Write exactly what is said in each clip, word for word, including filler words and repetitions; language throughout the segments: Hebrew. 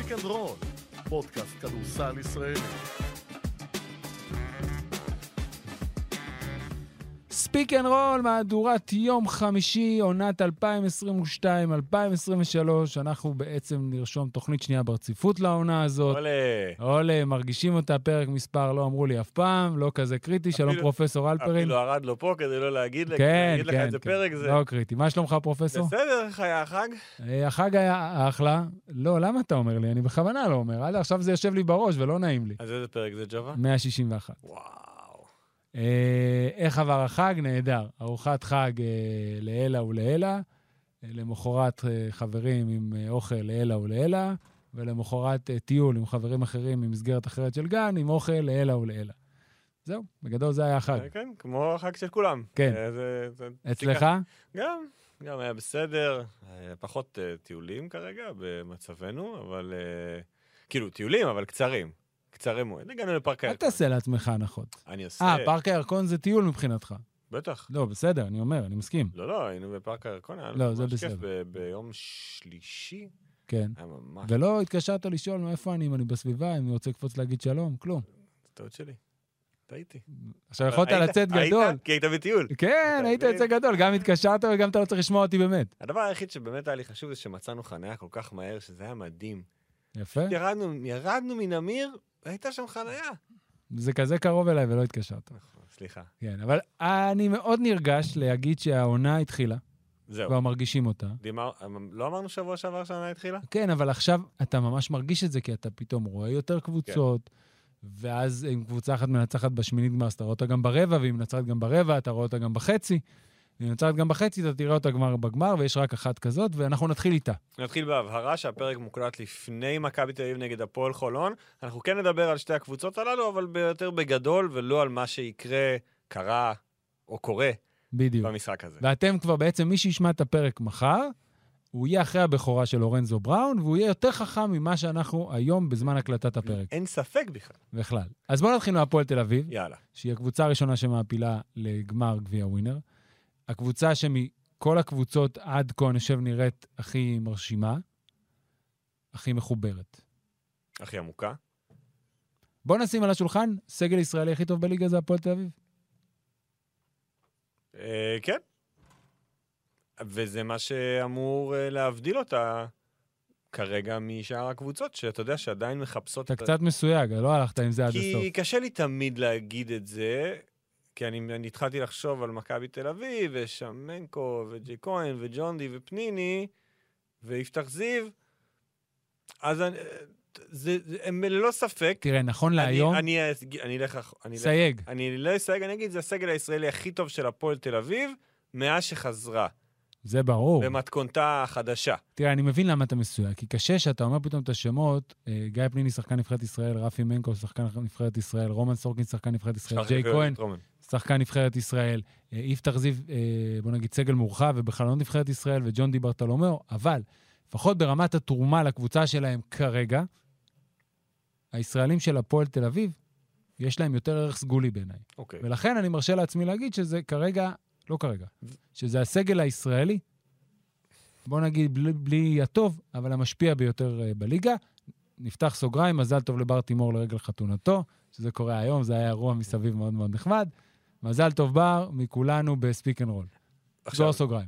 ספיק אנד רול, פודקאסט כדורסל ישראלי. ספיק אנד רול, מהדורת יום חמישי, עונת אלפיים עשרים ושתיים אלפיים עשרים ושלוש. אנחנו בעצם נרשום תוכנית שנייה ברציפות לעונה הזאת. אולה. אולה, מרגישים אותה, פרק מספר לא אמרו לי אף פעם, לא כזה קריטי. שלום פרופסור אלפרין. אפילו הרד לו פה כדי לא להגיד לך, כן, להגיד לך כן, איזה כן. פרק זה. לא קריטי. מה שלומך פרופסור? בסדר, איך היה החג? אה, החג היה אחלה. לא, למה אתה אומר לי? אני בכוונה לא אומר. עד עכשיו זה יושב לי בראש ולא נעים לי. אז איזה פרק זה, ג'ובה? מאה שישים ואחת. וואו. אה, איך עבר החג? נהדר. ארוחת חג אה, לאלה ולאלה, אה, למחרת אה, חברים עם אה, אוכל לאלה ולאלה, ולמחרת אה, טיול עם חברים אחרים ממסגרת אחרת של גן, עם אוכל לאלה ולאלה. זהו, בגדול זה היה החג. כן, כמו החג של כולם. כן. אה, זה- זה- אצלך? גם, גם היה בסדר. אה, פחות אה, טיולים כרגע במצבנו, אבל אה, כאילו טיולים, אבל קצרים. קצרים מאוד. הגענו לפארק אל הירקון. תעשה לעצמך הנחות. אני עושה... אה, פארק הירקון זה טיול מבחינתך. בטח. לא, בסדר, אני אומר, אני מסכים. לא, לא, היינו בפארק הירקון, היה לא, לנו זה ממש כיף בסדר. ב- ביום שלישי. כן. היה ממש... ולא התקשרת לשאול מאיפה אני, אם אני בסביבה, אם אני רוצה לקפוץ להגיד שלום, כלום. טעות שלי. טעיתי. עכשיו יכולת היית- לצאת היית? גדול. כי היית בטיול. כן, אתה היית מבין? יוצא גדול, גם התקשרת וגם אתה לא צריך לשמוע אותי באמת. הדבר היחיד שבאמת היה לי חשוב זה שמצאנו חניה כל כך מהר, שזה היה מדהים. יפה. ירדנו, ירדנו מנמיר, והייתה שם חניה. זה כזה קרוב אליי ולא התקשרת. נכון, סליחה. כן, אבל אני מאוד נרגש להגיד שהעונה התחילה, זהו. כבר מרגישים אותה. דימר, לא אמרנו שבוע שעבר שהעונה התחילה? כן, אבל עכשיו אתה ממש מרגיש את זה, כי אתה פתאום רואה יותר קבוצות, ואז אם קבוצה אחת מנצחת בשמינית גמר, אז אתה רואה אותה גם ברבע, ואם מנצחת גם ברבע, אתה רואה אותה גם בחצי. אם מנצחת גם בחצי, אתה תראה אותה כבר בגמר, ויש רק אחת כזאת, ואנחנו נתחיל איתה. נתחיל בהבהרה שהפרק מוקלט לפני מכבי תל אביב נגד הפועל חולון. אנחנו כן נדבר על שתי הקבוצות הללו, אבל ביותר בגדול, ולא על מה שיקרה, קרה או קורה בדיוק. במשחק הזה. ואתם כבר בעצם, מי שישמע את הפרק מחר, הוא יהיה אחרי הבכורה של לורנזו בראון, והוא יהיה יותר חכם ממה שאנחנו היום בזמן הקלטת הפרק. אין ספק בכלל. בכלל. אז בואו נתחיל מהפועל תל אביב, יאללה. שהיא הקבוצה הראשונה שמעפילה לגמר גביע ווינר. הקבוצה שמכל הקבוצות עד כה, אני חושב, נראית הכי מרשימה, הכי מחוברת. הכי עמוקה. בואו נשים על השולחן, סגל ישראלי הכי טוב בליגה זה הפועל תל אביב. אה, כן. וזה מה שאמור אה, להבדיל אותה כרגע משאר הקבוצות, שאתה יודע שעדיין מחפשות... אתה קצת מסויג, לא הלכת עם זה עד הסוף. כי קשה לי תמיד להגיד את זה, כי אני, אני התחלתי לחשוב על מכבי תל אביב, ושמנקו, וג'י כהן, וג'ונדי, ופניני, ויפתח זיו, אז אני, זה, זה, הם ללא ספק... תראה, נכון להיום, אני, אני, אני אלך... אני סייג. אלך, אני לא אסייג, אני אגיד, זה הסגל הישראלי הכי טוב של הפועל תל אביב, מאז שחזרה, זה ברור. במתכונתה החדשה. תראה, אני מבין למה אתה מסויג, כי קשה שאתה אומר פתאום את השמות, אה, גיא פניני, שחקן נבחרת ישראל, רפי מנקו, שחקן נבחרת ישראל, רומן סורקין, שחקן נבחרת ישראל, ג'יי כהן, שחקן נבחרת ישראל, אה, יפתח זיו, אה, בוא נגיד, סגל מורחב, ובכלל לא נבחרת ישראל, וג'ון די ברטולומיאו, אבל לפחות ברמת התרומה לקבוצה שלהם כרגע, הישראלים של הפועל תל אביב, יש להם יותר ערך סגולי בעיניי. אוקיי. ולכן אני מרשה לעצמי להגיד שזה כרגע, לא כרגע, שזה הסגל הישראלי, בוא נגיד בלי, בלי הטוב, אבל המשפיע ביותר uh, בליגה. נפתח סוגריים, מזל טוב לבר תימור לרגל חתונתו, שזה קורה היום, זה היה אירוע מסביב מאוד מאוד נחמד. מזל טוב בר, מכולנו בספיק אנד רול. סגור סוגריים.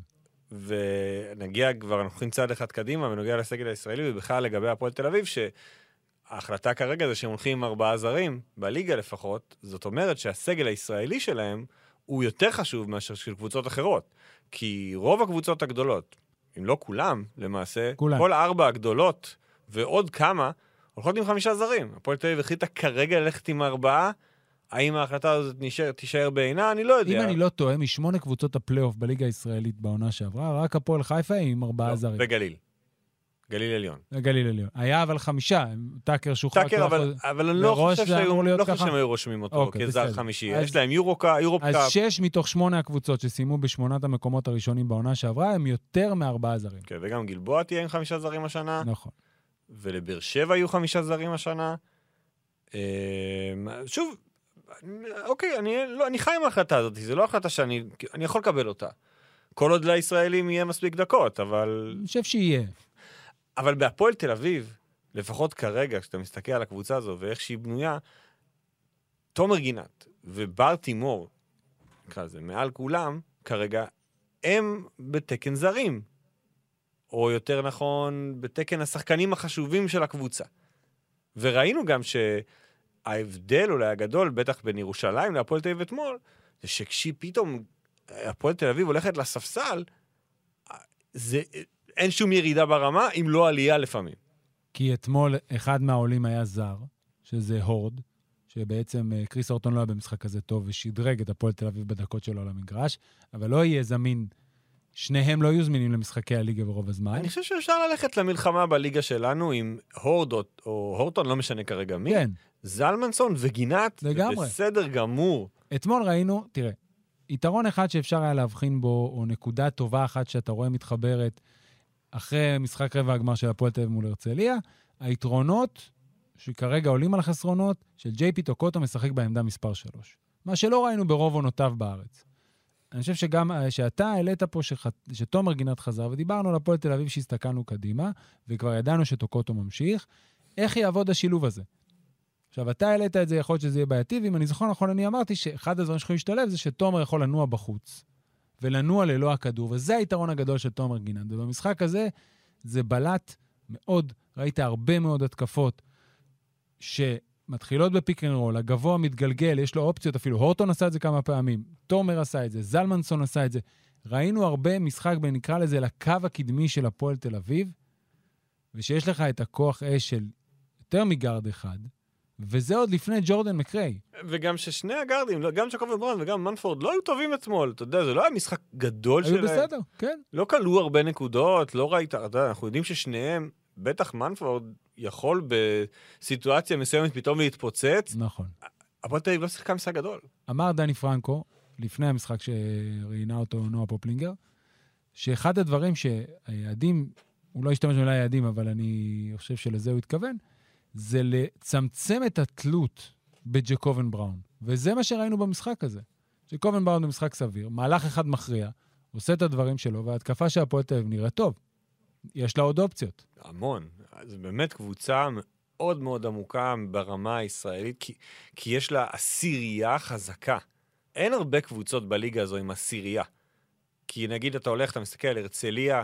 ונגיע כבר, אנחנו הולכים צעד אחד קדימה, ונגיע לסגל הישראלי, ובכלל לגבי הפועל תל אביב, שההחלטה כרגע זה שהם הולכים עם ארבעה זרים, בליגה לפחות, זאת אומרת שהסגל הישראלי שלהם, הוא יותר חשוב מאשר של קבוצות אחרות. כי רוב הקבוצות הגדולות, אם לא כולם, למעשה, כולם. כל ארבע הגדולות, ועוד כמה, הולכות עם חמישה זרים. הפועל תל אביב החליטה כרגע ללכת עם ארבעה, האם ההחלטה הזאת נשאר, תישאר בעינה? אני לא יודע. אם אני לא טועה, משמונה קבוצות הפלייאוף בליגה הישראלית בעונה שעברה, רק הפועל חיפה עם ארבעה לא, זרים. וגליל. גליל עליון. גליל עליון. היה אבל חמישה, טאקר שוחרר. טאקר, אבל, אבל אני לא מראש חושב זה אמור שהיו להיות לא חושב ככה? שהם היו רושמים אותו אוקיי, כזר בסדר. חמישי. אז- יש להם יורוקה, יורופקאפ. אז שש מתוך שמונה הקבוצות שסיימו בשמונת המקומות הראשונים בעונה שעברה, הם יותר מארבעה זרים. כן, וגם גלבוע תהיה עם חמישה זרים השנה, נכון. ולבאר שבע יהיו חמישה זרים השנה. אה, שוב, אוקיי, אני, לא, אני חי עם ההחלטה הזאת, זה לא החלטה שאני אני יכול לקבל אותה. כל עוד לישראלים יהיה מספיק דקות, אבל... אני חושב שיהיה. אבל בהפועל תל אביב, לפחות כרגע, כשאתה מסתכל על הקבוצה הזו ואיך שהיא בנויה, תומר גינת ובר תימור, כזה, מעל כולם, כרגע, הם בתקן זרים. או יותר נכון, בתקן השחקנים החשובים של הקבוצה. וראינו גם שההבדל אולי הגדול, בטח בין ירושלים להפועל תל אביב אתמול, זה שכשהיא פתאום, הפועל תל אביב הולכת לספסל, זה, אין שום ירידה ברמה, אם לא עלייה לפעמים. כי אתמול אחד מהעולים היה זר, שזה הורד, שבעצם קריס אורטון לא היה במשחק כזה טוב, ושדרג את הפועל תל אביב בדקות שלו על המגרש, אבל לא יהיה זמין, שניהם לא יהיו זמינים למשחקי הליגה ברוב הזמן. אני חושב שאפשר ללכת למלחמה בליגה שלנו עם הורד או הורטון, לא משנה כרגע מי. כן. זלמנסון וגינת, לגמרי. בסדר גמור. אתמול ראינו, תראה, יתרון אחד שאפשר היה להבחין בו, או נקודה טובה אחת שאתה רואה מתחברת, אחרי משחק רבע הגמר של הפועל תל אביב מול הרצליה, היתרונות שכרגע עולים על החסרונות, של ג'יי פי טוקוטו משחק בעמדה מספר שלוש. מה שלא ראינו ברוב עונותיו בארץ. אני חושב שגם, שאתה העלית פה שח... שתומר גינת חזר, ודיברנו על הפועל תל אביב שהסתכלנו קדימה, וכבר ידענו שטוקוטו ממשיך, איך יעבוד השילוב הזה? עכשיו, אתה העלית את זה, יכול להיות שזה יהיה בעייתי, ואם אני זוכר נכון, אני אמרתי שאחד הדברים שיכולים להשתלב זה שתומר יכול לנוע בחוץ, ולנוע ללא הכדור, וזה היתרון הגדול של תומר גינת. ובמשחק הזה, זה בלט מאוד, ראית הרבה מאוד התקפות, שמתחילות בפיק אנד רול, הגבוה מתגלגל, יש לו אופציות אפילו, הורטון עשה את זה כמה פעמים, תומר עשה את זה, זלמנסון עשה את זה, ראינו הרבה משחק בין נקרא לזה לקו הקדמי של הפועל תל אביב, ושיש לך את הכוח אש של יותר מגארד אחד, וזה עוד לפני ג'ורדן מקריי. וגם ששני הגארדים, גם שקוב וברון וגם מנפורד, לא היו טובים אתמול, אתה יודע, זה לא היה משחק גדול שלהם. היו בסדר, כן. לא קלו הרבה נקודות, לא ראית, אתה יודע, אנחנו יודעים ששניהם, בטח מנפורד יכול בסיטואציה מסוימת פתאום להתפוצץ. נכון. הפועל תל אביב לא שיחקה משחק גדול. אמר דני פרנקו, לפני המשחק שראיינה אותו נועה פופלינגר, שאחד הדברים שהיעדים, הוא לא השתמש במילה יעדים, אבל אני חושב שלזה הוא התכוון, זה לצמצם את התלות בג'קובן בראון. וזה מה שראינו במשחק הזה. ג'קובן בראון במשחק סביר, מהלך אחד מכריע, עושה את הדברים שלו, וההתקפה של הפועל תל אביב נראה טוב. יש לה עוד אופציות. המון. זה באמת קבוצה מאוד מאוד עמוקה ברמה הישראלית, כי, כי יש לה עשירייה חזקה. אין הרבה קבוצות בליגה הזו עם עשירייה. כי נגיד אתה הולך, אתה מסתכל על הרצליה,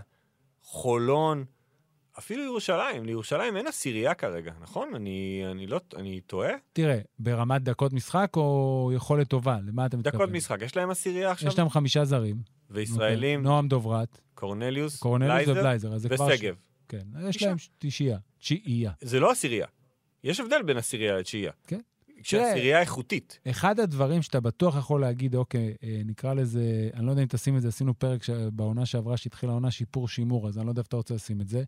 חולון, אפילו ירושלים. לירושלים אין עשירייה כרגע, נכון? אני, אני לא, אני טועה? תראה, ברמת דקות משחק או יכולת טובה? למה אתה מתכוון? דקות משחק. יש להם עשירייה עכשיו? יש להם חמישה זרים. וישראלים? Okay. נועם דוברת. קורנליוס, קורנליוס ובלייזר. וסגב. כן, יש להם תשיעייה. תשיעייה. זה לא עשירייה. יש הבדל בין עשירייה לתשיעייה. כן. כשעשירייה איכותית. אחד הדברים שאתה בטוח יכול להגיד, אוקיי, נקרא לזה, אני לא יודע אם תשים את זה, עשינו פרק בעונה שעברה שהתחילה העונה שיפור שימור, אז אני לא יודע אם אתה רוצה לשים את זה.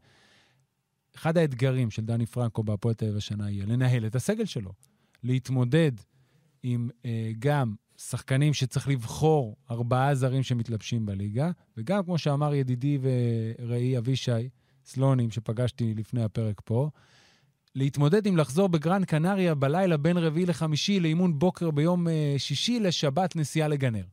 אחד האתגרים של דני פרנקו בהפועל תל אביב השנה יהיה לנהל את הסגל שלו. להתמודד עם אה, גם שחקנים שצריך לבחור ארבעה זרים שמתלבשים בליגה, וגם כמו שאמר ידידי וראי אבישי סלונים, שפגשתי לפני הפרק פה, להתמודד עם לחזור בגרן קנריה בלילה בין רביעי לחמישי, לאימון בוקר ביום אה, שישי לשבת נסיעה לגנר.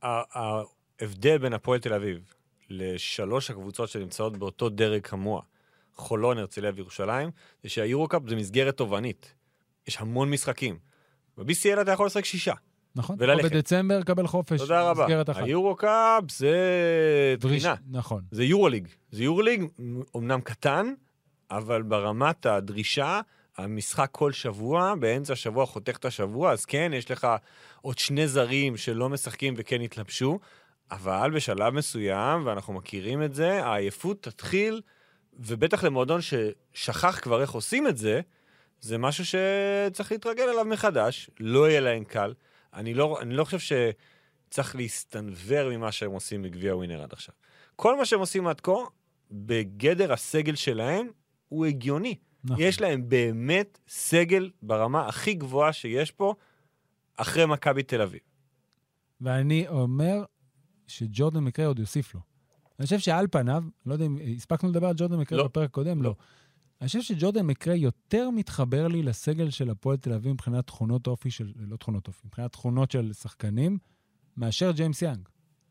ההבדל בין הפועל תל אביב לשלוש הקבוצות שנמצאות באותו דרג כמוה, חולון, הרצליה וירושלים, זה שהיורוקאפ זה מסגרת תובענית. יש המון משחקים. ב-בי סי אל אתה יכול לשחק שישה. נכון. וללכת. או בדצמבר קבל חופש. תודה רבה. היורוקאפ זה תחינה. נכון. זה יורוליג. זה יורוליג אומנם קטן, אבל ברמת הדרישה, המשחק כל שבוע, באמצע השבוע חותך את השבוע, אז כן, יש לך עוד שני זרים שלא משחקים וכן התלבשו, אבל בשלב מסוים, ואנחנו מכירים את זה, העייפות תתחיל, ובטח למועדון ששכח כבר איך עושים את זה, זה משהו שצריך להתרגל אליו מחדש, לא יהיה להם קל. אני לא, אני לא חושב שצריך להסתנבר ממה שהם עושים בגביע ווינר עד עכשיו. כל מה שהם עושים עד כה, בגדר הסגל שלהם, הוא הגיוני. נכון. יש להם באמת סגל ברמה הכי גבוהה שיש פה, אחרי מכבי תל אביב. ואני אומר שג'ורדן מקריי עוד יוסיף לו. אני חושב שעל פניו, לא יודע אם הספקנו לדבר על ג'ורדן מקריי לא. בפרק קודם, לא. לא. אני חושב שג'ורדן מקריי יותר מתחבר לי לסגל של הפועל תל אביב מבחינת תכונות אופי של, לא תכונות אופי, מבחינת תכונות של שחקנים, מאשר ג'יימס יאנג.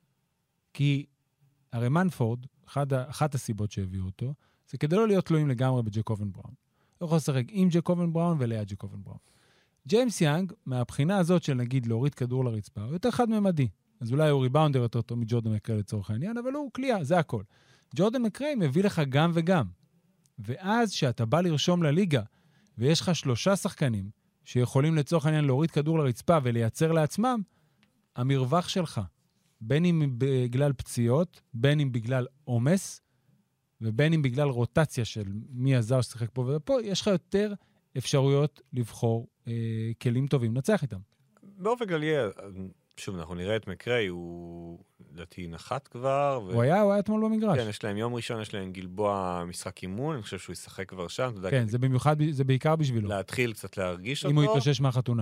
כי הרי מנפורד, אחת, אחת הסיבות שהביאו אותו, זה כדי לא להיות תלויים לגמרי בג'קובן בראון. לא יכול לשחק עם ג'קובן בראון וליד ג'קובן בראון. ג'יימס יאנג, מהבחינה הזאת של נגיד להוריד כדור לרצפה, הוא יותר חד-ממדי. אז אולי הוא ריבאונדר יותר טוב מג'ורדן מקריי לצורך העניין, אבל הוא קליעה, זה הכל. ג'ורדן מקריי מביא לך גם וגם. ואז שאתה בא לרשום לליגה, ויש לך שלושה שחקנים שיכולים לצורך העניין להוריד כדור לרצפה ולייצר לעצמם, המרווח שלך, בין אם בגלל פציעות, בין אם בגלל עומס, ובין אם בגלל רוטציה של מי הזר ששיחק פה ופה, יש לך יותר אפשרויות לבחור אה, כלים טובים, נצח איתם. באופן כללי, שוב, אנחנו נראה את מקריי, הוא לדעתי נחת כבר. ו... הוא היה, הוא היה אתמול במגרש. כן, יש להם יום ראשון, יש להם גלבוע משחק אימון, אני חושב שהוא ישחק כבר שם. כן, זה במיוחד, זה בעיקר בשבילו. להתחיל קצת להרגיש אותו. אם הוא יתאושש מהחתונה.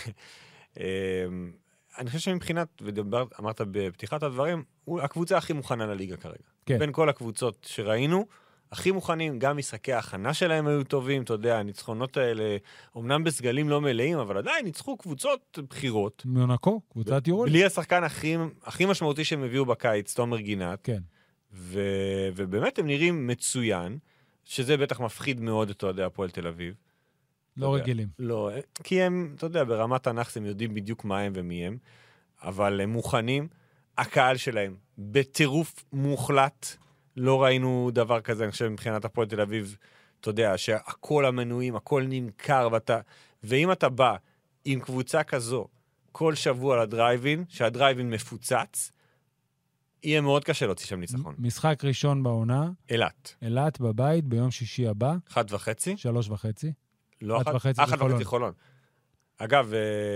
אני חושב שמבחינת, ואמרת בפתיחת הדברים, הוא הקבוצה הכי מוכנה לליגה כרגע. כן. בין כל הקבוצות שראינו, הכי מוכנים, גם משחקי ההכנה שלהם היו טובים, אתה יודע, הניצחונות האלה, אמנם בסגלים לא מלאים, אבל עדיין ניצחו קבוצות בחירות. מונקו, קבוצת יורו. בלי השחקן הכי, הכי משמעותי שהם הביאו בקיץ, תומר גינת. כן. ו, ובאמת הם נראים מצוין, שזה בטח מפחיד מאוד, אתה יודע, הפועל תל אביב. לא רגילים. לא, כי הם, אתה יודע, ברמת הנחס הם יודעים בדיוק מה הם ומי הם, אבל הם מוכנים, הקהל שלהם בטירוף מוחלט, לא ראינו דבר כזה, אני חושב, מבחינת הפועל תל אביב, אתה יודע, שהכל המנויים, הכל נמכר, ואתה, ואם אתה בא עם קבוצה כזו, כל שבוע לדרייבין, שהדרייבין מפוצץ, יהיה מאוד קשה להוציא שם ניצחון. משחק ראשון בעונה. אילת. אילת בבית, ביום שישי הבא. אחת וחצי. שלוש וחצי. לא אחת, וחצי, אחת וחצי חולון. אגב,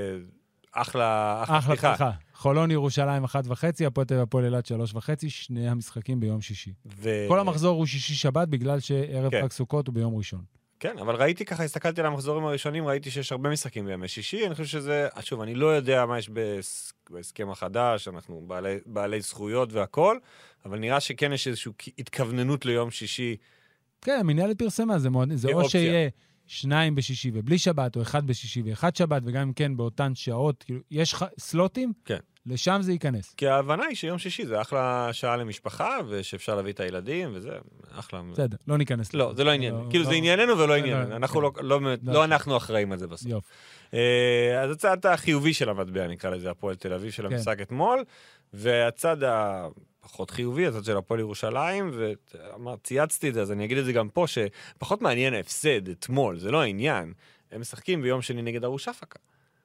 אחלה, אחלה, אחלה פתיחה. חולון ירושלים אחת וחצי, הפועל אילת שלוש וחצי, שני המשחקים ביום שישי. ו... כל המחזור הוא שישי שבת, בגלל שערב כן. חג סוכות הוא ביום ראשון. כן, אבל ראיתי ככה, הסתכלתי על המחזורים הראשונים, ראיתי שיש הרבה משחקים בימי שישי, אני חושב שזה, שוב, אני לא יודע מה יש בהסכם החדש, אנחנו בעלי, בעלי זכויות והכל, אבל נראה שכן יש איזושהי התכווננות ליום שישי. כן, המנהלת פרסמה, זה, מאוד, זה או שיהיה שניים בשישי ובלי שבת, או אחד בשישי ואחד שבת, וגם אם כן באותן שעות, כאילו, יש ח... סלוטים, כן. לשם זה ייכנס. כי ההבנה היא שיום שישי זה אחלה שעה למשפחה, ושאפשר להביא את הילדים, וזה אחלה... בסדר, לא ניכנס. לא, זה לא עניין. כאילו זה ענייננו ולא ענייננו. אנחנו לא אנחנו אחראים על זה בסוף. יופי. אז הצד החיובי של המטבע, נקרא לזה, הפועל תל אביב של המשחק אתמול, והצד הפחות חיובי, הצד של הפועל ירושלים, וצייצתי את זה, אז אני אגיד את זה גם פה, שפחות מעניין ההפסד אתמול, זה לא העניין. הם משחקים ביום שני נגד ארוש אפקה.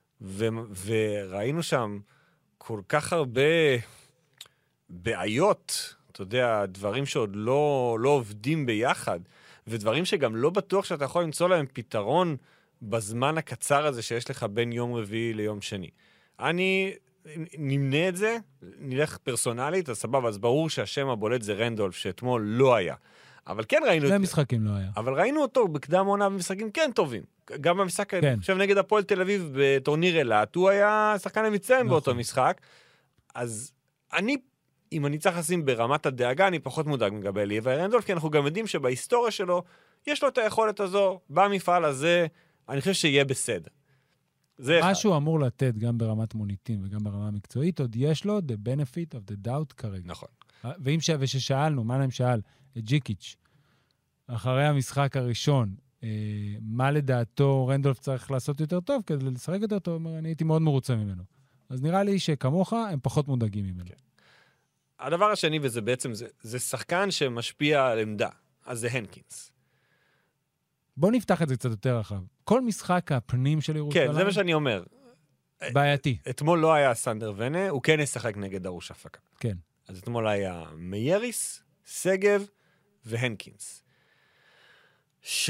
וראינו שם כל כך הרבה בעיות, אתה יודע, דברים שעוד לא, לא עובדים ביחד, ודברים שגם לא בטוח שאתה יכול למצוא להם פתרון בזמן הקצר הזה שיש לך בין יום רביעי ליום שני. אני נמנה את זה, נלך פרסונלית, אז סבבה, אז ברור שהשם הבולט זה רנדולף, שאתמול לא היה. אבל כן ראינו... שני משחקים לא היה. אבל ראינו אותו בקדם עונה במשחקים כן טובים. גם במשחק, כן. אני חושב נגד הפועל תל אביב בטורניר אילת, הוא היה שחקן המצטיין נכון. באותו משחק. אז אני, אם אני צריך לשים ברמת הדאגה, אני פחות מודאג מגבי ליבה רנדולף, כי אנחנו גם יודעים שבהיסטוריה שלו, יש לו את היכולת הזו, במפעל הזה, אני חושב שיהיה בסדר. מה שהוא אמור לתת גם ברמת מוניטין וגם ברמה מקצועית, עוד יש לו the benefit of the doubt כרגע. נכון. ואם ש... וששאלנו, מה להם שאל? את ג'יקיץ', אחרי המשחק הראשון, אה, מה לדעתו רנדולף צריך לעשות יותר טוב, כדי לשחק יותר טוב, אני הייתי מאוד מרוצה ממנו. אז נראה לי שכמוך הם פחות מודאגים ממנו. כן. הדבר השני, וזה בעצם, זה, זה שחקן שמשפיע על עמדה, אז זה הנקינס. בוא נפתח את זה קצת יותר רחב. כל משחק הפנים של ירושלים... כן, זה מה שאני אומר. בעייתי. אתמול לא היה סנדר ונה, הוא כן ישחק נגד ארוש אפקה. כן. אז אתמול היה מייריס, סגב והנקינס. ש...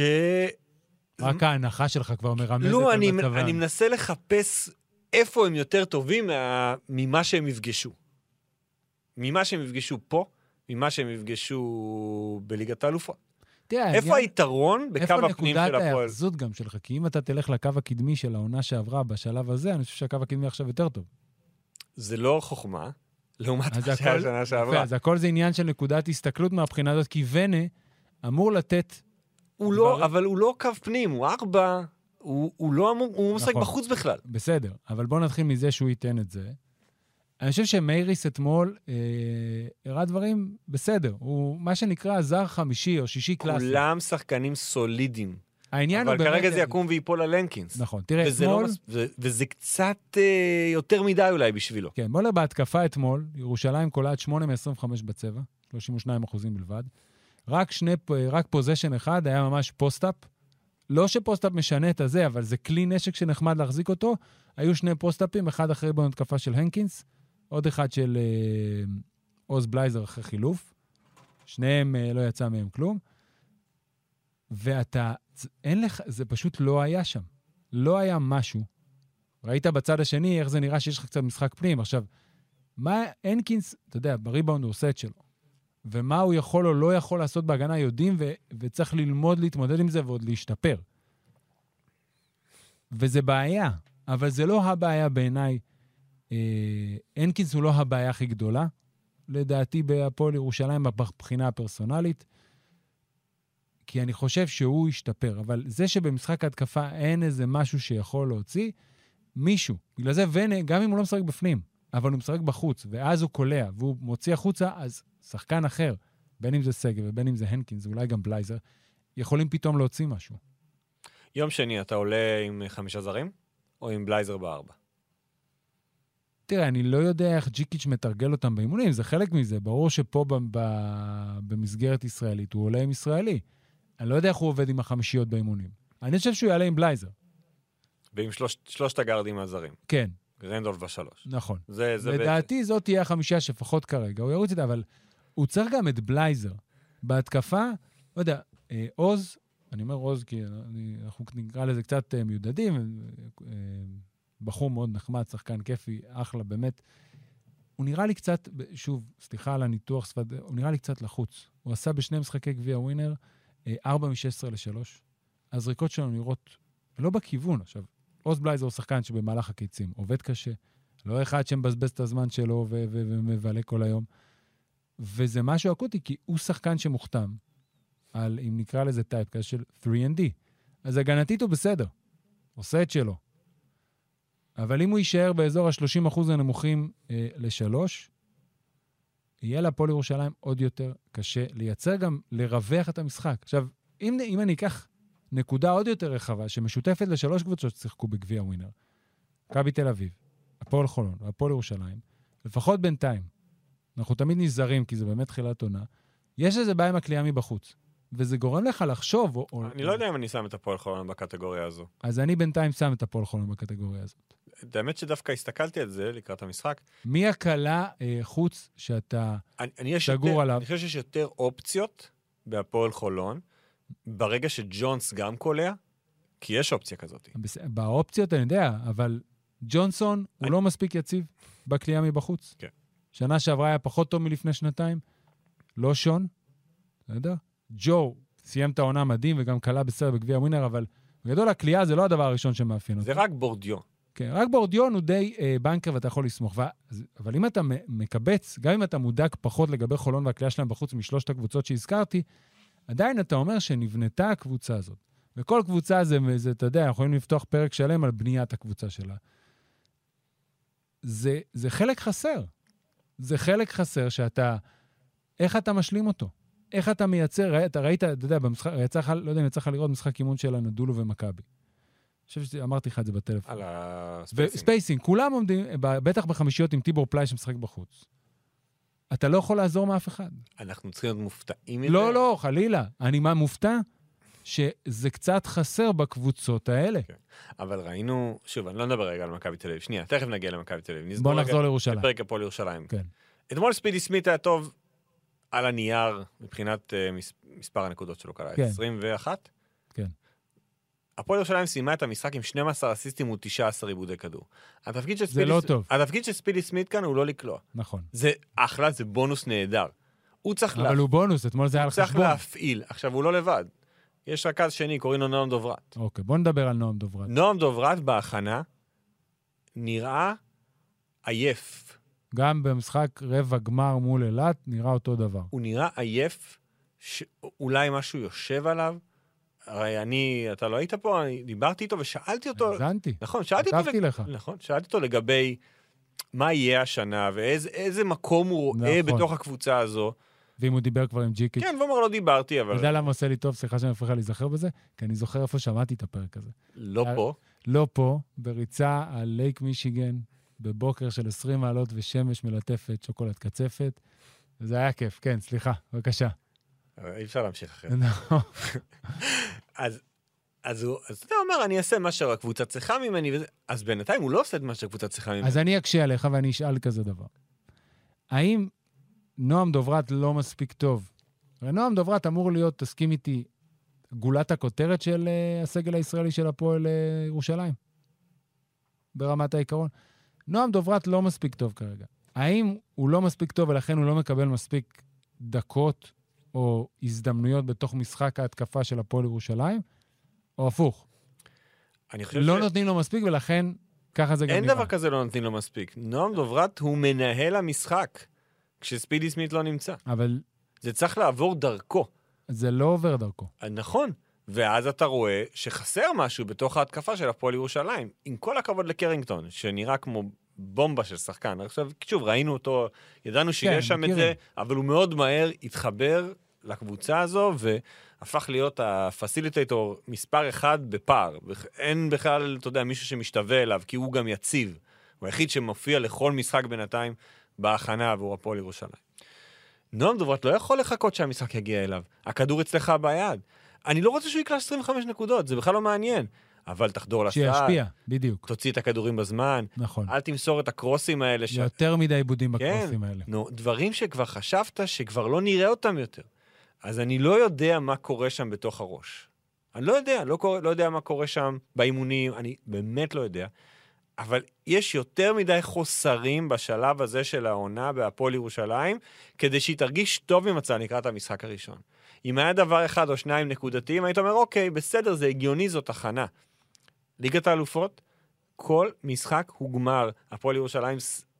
רק ההנחה שלך כבר מרמזת לא, על אני, מצבם. אני מנסה לחפש איפה הם יותר טובים מה, ממה שהם יפגשו. ממה שהם יפגשו פה, ממה שהם יפגשו בליגת האלופות. תראה, איפה היתרון בקו הפנים של הפועל? איפה נקודת ההחזות גם שלך? כי אם אתה תלך לקו הקדמי של העונה שעברה בשלב הזה, אני חושב שהקו הקדמי עכשיו יותר טוב. זה לא חוכמה, לעומת מה שהיה השנה שעברה. אז הכל זה עניין של נקודת הסתכלות מהבחינה הזאת, כי ונה אמור לתת... הוא לא, אבל הוא לא קו פנים, הוא ארבע, הוא לא אמור, הוא משחק בחוץ בכלל. בסדר, אבל בוא נתחיל מזה שהוא ייתן את זה. אני חושב שמייריס אתמול הראה דברים בסדר. הוא מה שנקרא זר חמישי או שישי קלאסי. כולם שחקנים סולידיים. העניין אבל הוא כרגע באמת... זה יקום ויפול על הנקינס. נכון, תראה, וזה אתמול... לא מס... ו... וזה קצת אה, יותר מדי אולי בשבילו. כן, מולה בהתקפה אתמול, ירושלים קולעת שמונה מ-עשרים וחמש בצבע, שלושים ושניים אחוזים בלבד. רק שני, רק פוזיישן אחד היה ממש פוסט-אפ. לא שפוסט-אפ משנה את הזה, אבל זה כלי נשק שנחמד להחזיק אותו. היו שני פוסט-אפים, אחד אחרי בהתקפה של הנקינס, עוד אחד של אה, עוז בלייזר אחרי חילוף. שניהם אה, לא יצא מהם כלום. ואתה, אין לך, זה פשוט לא היה שם. לא היה משהו. ראית בצד השני איך זה נראה שיש לך קצת משחק פנים. עכשיו, מה הנקינס, אתה יודע, בריבאונד הוא עושה את שלו. ומה הוא יכול או לא יכול לעשות בהגנה יודעים, ו- וצריך ללמוד להתמודד עם זה ועוד להשתפר. וזה בעיה, אבל זה לא הבעיה בעיניי. אה, הנקינס הוא לא הבעיה הכי גדולה, לדעתי בהפועל ירושלים בבחינה הפרסונלית, כי אני חושב שהוא ישתפר, אבל זה שבמשחק ההתקפה אין איזה משהו שיכול להוציא, מישהו. בגלל זה ונה, גם אם הוא לא משחק בפנים, אבל הוא משחק בחוץ, ואז הוא קולע, והוא מוציא החוצה, אז שחקן אחר, בין אם זה סגל ובין אם זה הנקינס, ואולי גם בלייזר, יכולים פתאום להוציא משהו. יום שני, אתה עולה עם חמישה זרים, או עם בלייזר בארבע? תראה, אני לא יודע איך ג'יקיץ' מתרגל אותם באימונים, זה חלק מזה. ברור שפה ב- ב- במסגרת ישראלית הוא עולה עם ישראלי. אני לא יודע איך הוא עובד עם החמישיות באימונים. אני חושב שהוא יעלה עם בלייזר. ועם שלוש, שלושת הגארדים הזרים. כן. רנדולף בשלוש. נכון. זה, זה לדעתי בעצם. זאת תהיה החמישה שפחות כרגע. הוא ירוץ את זה, אבל הוא צריך גם את בלייזר. בהתקפה, לא יודע, עוז, אני אומר עוז כי אני, אנחנו נקרא לזה קצת מיודדים, בחור מאוד נחמד, שחקן כיפי, אחלה, באמת. הוא נראה לי קצת, שוב, סליחה על הניתוח שפת, הוא נראה לי קצת לחוץ. הוא עשה בשני משחקי גביע ווינר, ארבע מ-שש עשרה לשלוש. הזריקות שלנו נראות לא בכיוון. עכשיו, עוז בלייזר הוא שחקן שבמהלך הקיצים עובד קשה, לא אחד שמבזבז את הזמן שלו ו- ו- ומבלה כל היום. וזה משהו אקוטי, כי הוא שחקן שמוכתם על, אם נקרא לזה טייפ, כזה של שלוש אנד די. אז הגנתית הוא בסדר. עושה את שלו. אבל אם הוא יישאר באזור ה-שלושים אחוז הנמוכים אה, לשלוש, יהיה להפועל ירושלים עוד יותר קשה לייצר גם לרווח את המשחק. עכשיו, אם, אם אני אקח נקודה עוד יותר רחבה, שמשותפת לשלוש קבוצות ששיחקו בגביע ווינר, מכבי תל אביב, הפועל חולון והפועל ירושלים, לפחות בינתיים, אנחנו תמיד נזהרים, כי זה באמת תחילת עונה, יש איזה בעיה עם הקליעה מבחוץ, וזה גורם לך לחשוב... או, אני או... לא יודע אם אני שם את הפועל חולון בקטגוריה הזו. אז אני בינתיים שם את הפועל חולון בקטגוריה הזאת. האמת שדווקא הסתכלתי על זה לקראת המשחק. מי הקלה אה, חוץ שאתה אני, אני סגור יותר, עליו? אני חושב שיש יותר אופציות בהפועל חולון, ברגע שג'ונס גם קולע, כי יש אופציה כזאת. באופציות אני יודע, אבל ג'ונסון אני... הוא לא מספיק יציב בקליעה מבחוץ. כן. שנה שעברה היה פחות טוב מלפני שנתיים. לא שון, אתה יודע? ג'ו סיים את העונה מדהים וגם קלה בסדר בגביע ווינר, אבל בגדול הקליעה זה לא הדבר הראשון שמאפיין אותו. זה רק בורדיון. כן, רק בורדיון הוא די אה, בנקר ואתה יכול לסמוך. ו... אבל אם אתה מקבץ, גם אם אתה מודק פחות לגבי חולון והקליעה שלהם בחוץ משלושת הקבוצות שהזכרתי, עדיין אתה אומר שנבנתה הקבוצה הזאת. וכל קבוצה זה, זה, אתה יודע, יכולים לפתוח פרק שלם על בניית הקבוצה שלה. זה, זה חלק חסר. זה חלק חסר שאתה, איך אתה משלים אותו? איך אתה מייצר, אתה ראית, אתה יודע, במשחק, יצא לך, לא יודע אם יצא לך לראות משחק אימון שלנו, דולו ומכבי. אני חושב שאמרתי לך את זה בטלפון. על הספייסינג. ספייסינג, כולם עומדים, בטח בחמישיות עם טיבור פליי שמשחק בחוץ. אתה לא יכול לעזור מאף אחד. אנחנו צריכים להיות מופתעים מזה? לא, לא, חלילה. אני מה מופתע? שזה קצת חסר בקבוצות האלה. כן. אבל ראינו, שוב, אני לא נדבר רגע על מכבי תל אביב. שנייה, תכף נגיע למכבי תל אביב. בוא נחזור לירושלים. לפרק הפועל ירושלים. כן. אתמול ספידי סמית היה טוב על הנייר, מבחינת uh, מס, מספר הנקודות שלו קלה. כן. עשרים ואחת? כן. הפועל ירושלים סיימה את המשחק עם שנים עשר אסיסטים ו-תשעה עשר עיבודי כדור. התפקיד של זה לא טוב. התפקיד של ספידי סמית כאן הוא לא לקלוע. נכון. זה אחלה, זה בונוס נהדר. הוא צריך אבל הוא בונוס, אתמול זה היה על חשבון. הוא צריך להפעיל. עכשיו, הוא לא לבד. יש רכז שני, קוראים לו נועם דוברת. אוקיי, בוא נדבר על נועם דוברת. נועם דוברת בהכנה נראה עייף. גם במשחק רבע גמר מול אילת נראה אותו דבר. הוא נראה עייף, שאולי משהו יושב עליו. הרי אני, אתה לא היית פה, אני דיברתי איתו ושאלתי אותו... הזנתי. נכון, שאלתי אותו... כתבתי לך. נכון, שאלתי אותו לגבי מה יהיה השנה, ואיזה מקום הוא רואה בתוך הקבוצה הזו. ואם הוא דיבר כבר עם ג'יקיץ'. כן, ואומר, לא דיברתי, אבל... אתה יודע למה עושה לי טוב, סליחה שאני מפריע לך להיזכר בזה? כי אני זוכר איפה שמעתי את הפרק הזה. לא פה. לא פה, בריצה על לייק מישיגן, בבוקר של עשרים מעלות ושמש מלטפת, שוקולד קצפת. זה היה כיף, כן, סליחה, בבקשה. אי אפשר להמשיך אחרי. אז, אז הוא, אז אתה אומר, אני אעשה מה שהקבוצה צריכה ממני, וזה, אז בינתיים הוא לא עושה את מה שהקבוצה צריכה ממני. אז אני אקשה עליך ואני אשאל כזה דבר. האם נועם דוברת לא מספיק טוב? נועם דוברת אמור להיות, תסכים איתי, גולת הכותרת של uh, הסגל הישראלי של הפועל uh, ירושלים? ברמת העיקרון. נועם דוברת לא מספיק טוב כרגע. האם הוא לא מספיק טוב ולכן הוא לא מקבל מספיק דקות או הזדמנויות בתוך משחק ההתקפה של הפועל ירושלים? או הפוך? אני חושב לא ש... נותנים לו מספיק ולכן ככה זה גם אין נראה. דבר כזה לא נותנים לו מספיק. נועם דוברת הוא מנהל המשחק, כשספידי סמית לא נמצא. אבל... זה צריך לעבור דרכו. זה לא עובר דרכו. נכון. ואז אתה רואה שחסר משהו בתוך ההתקפה של הפועל ירושלים. עם כל הכבוד לקרינגטון, שנראה כמו בומבה של שחקן. עכשיו, שוב, ראינו אותו, ידענו שיש כן, שם מכירים. את זה, אבל הוא מאוד מהר התחבר לקבוצה הזו, והפך להיות הפסיליטייטור מספר אחד בפער. אין בכלל, אתה יודע, מישהו שמשתווה אליו, כי הוא גם יציב. הוא היחיד שמופיע לכל משחק בינתיים בהכנה עבור הפועל ירושלים. נועם דוברת לא יכול לחכות שהמשחק יגיע אליו. הכדור אצלך ביד. אני לא רוצה שהוא יקלע עשרים וחמש נקודות, זה בכלל לא מעניין. אבל תחדור לסל. שישפיע, בדיוק. תוציא את הכדורים בזמן. נכון. אל תמסור את הקרוסים האלה. ש... יותר מדי עיבודים כן, בקרוסים האלה. נו, דברים שכבר חשבת שכבר לא נראה אותם יותר. אז אני לא יודע מה קורה שם בתוך הראש. אני לא יודע, לא, קורא, לא יודע מה קורה שם באימונים, אני באמת לא יודע. אבל יש יותר מדי חוסרים בשלב הזה של העונה בהפועל ירושלים, כדי שהיא תרגיש טוב עם הצעה לקראת המשחק הראשון. אם היה דבר אחד או שניים נקודתיים, היית אומר, אוקיי, בסדר, זה הגיוני, זאת הכנה. ליגת האלופות, כל משחק הוא גמר. הפועל ירושלים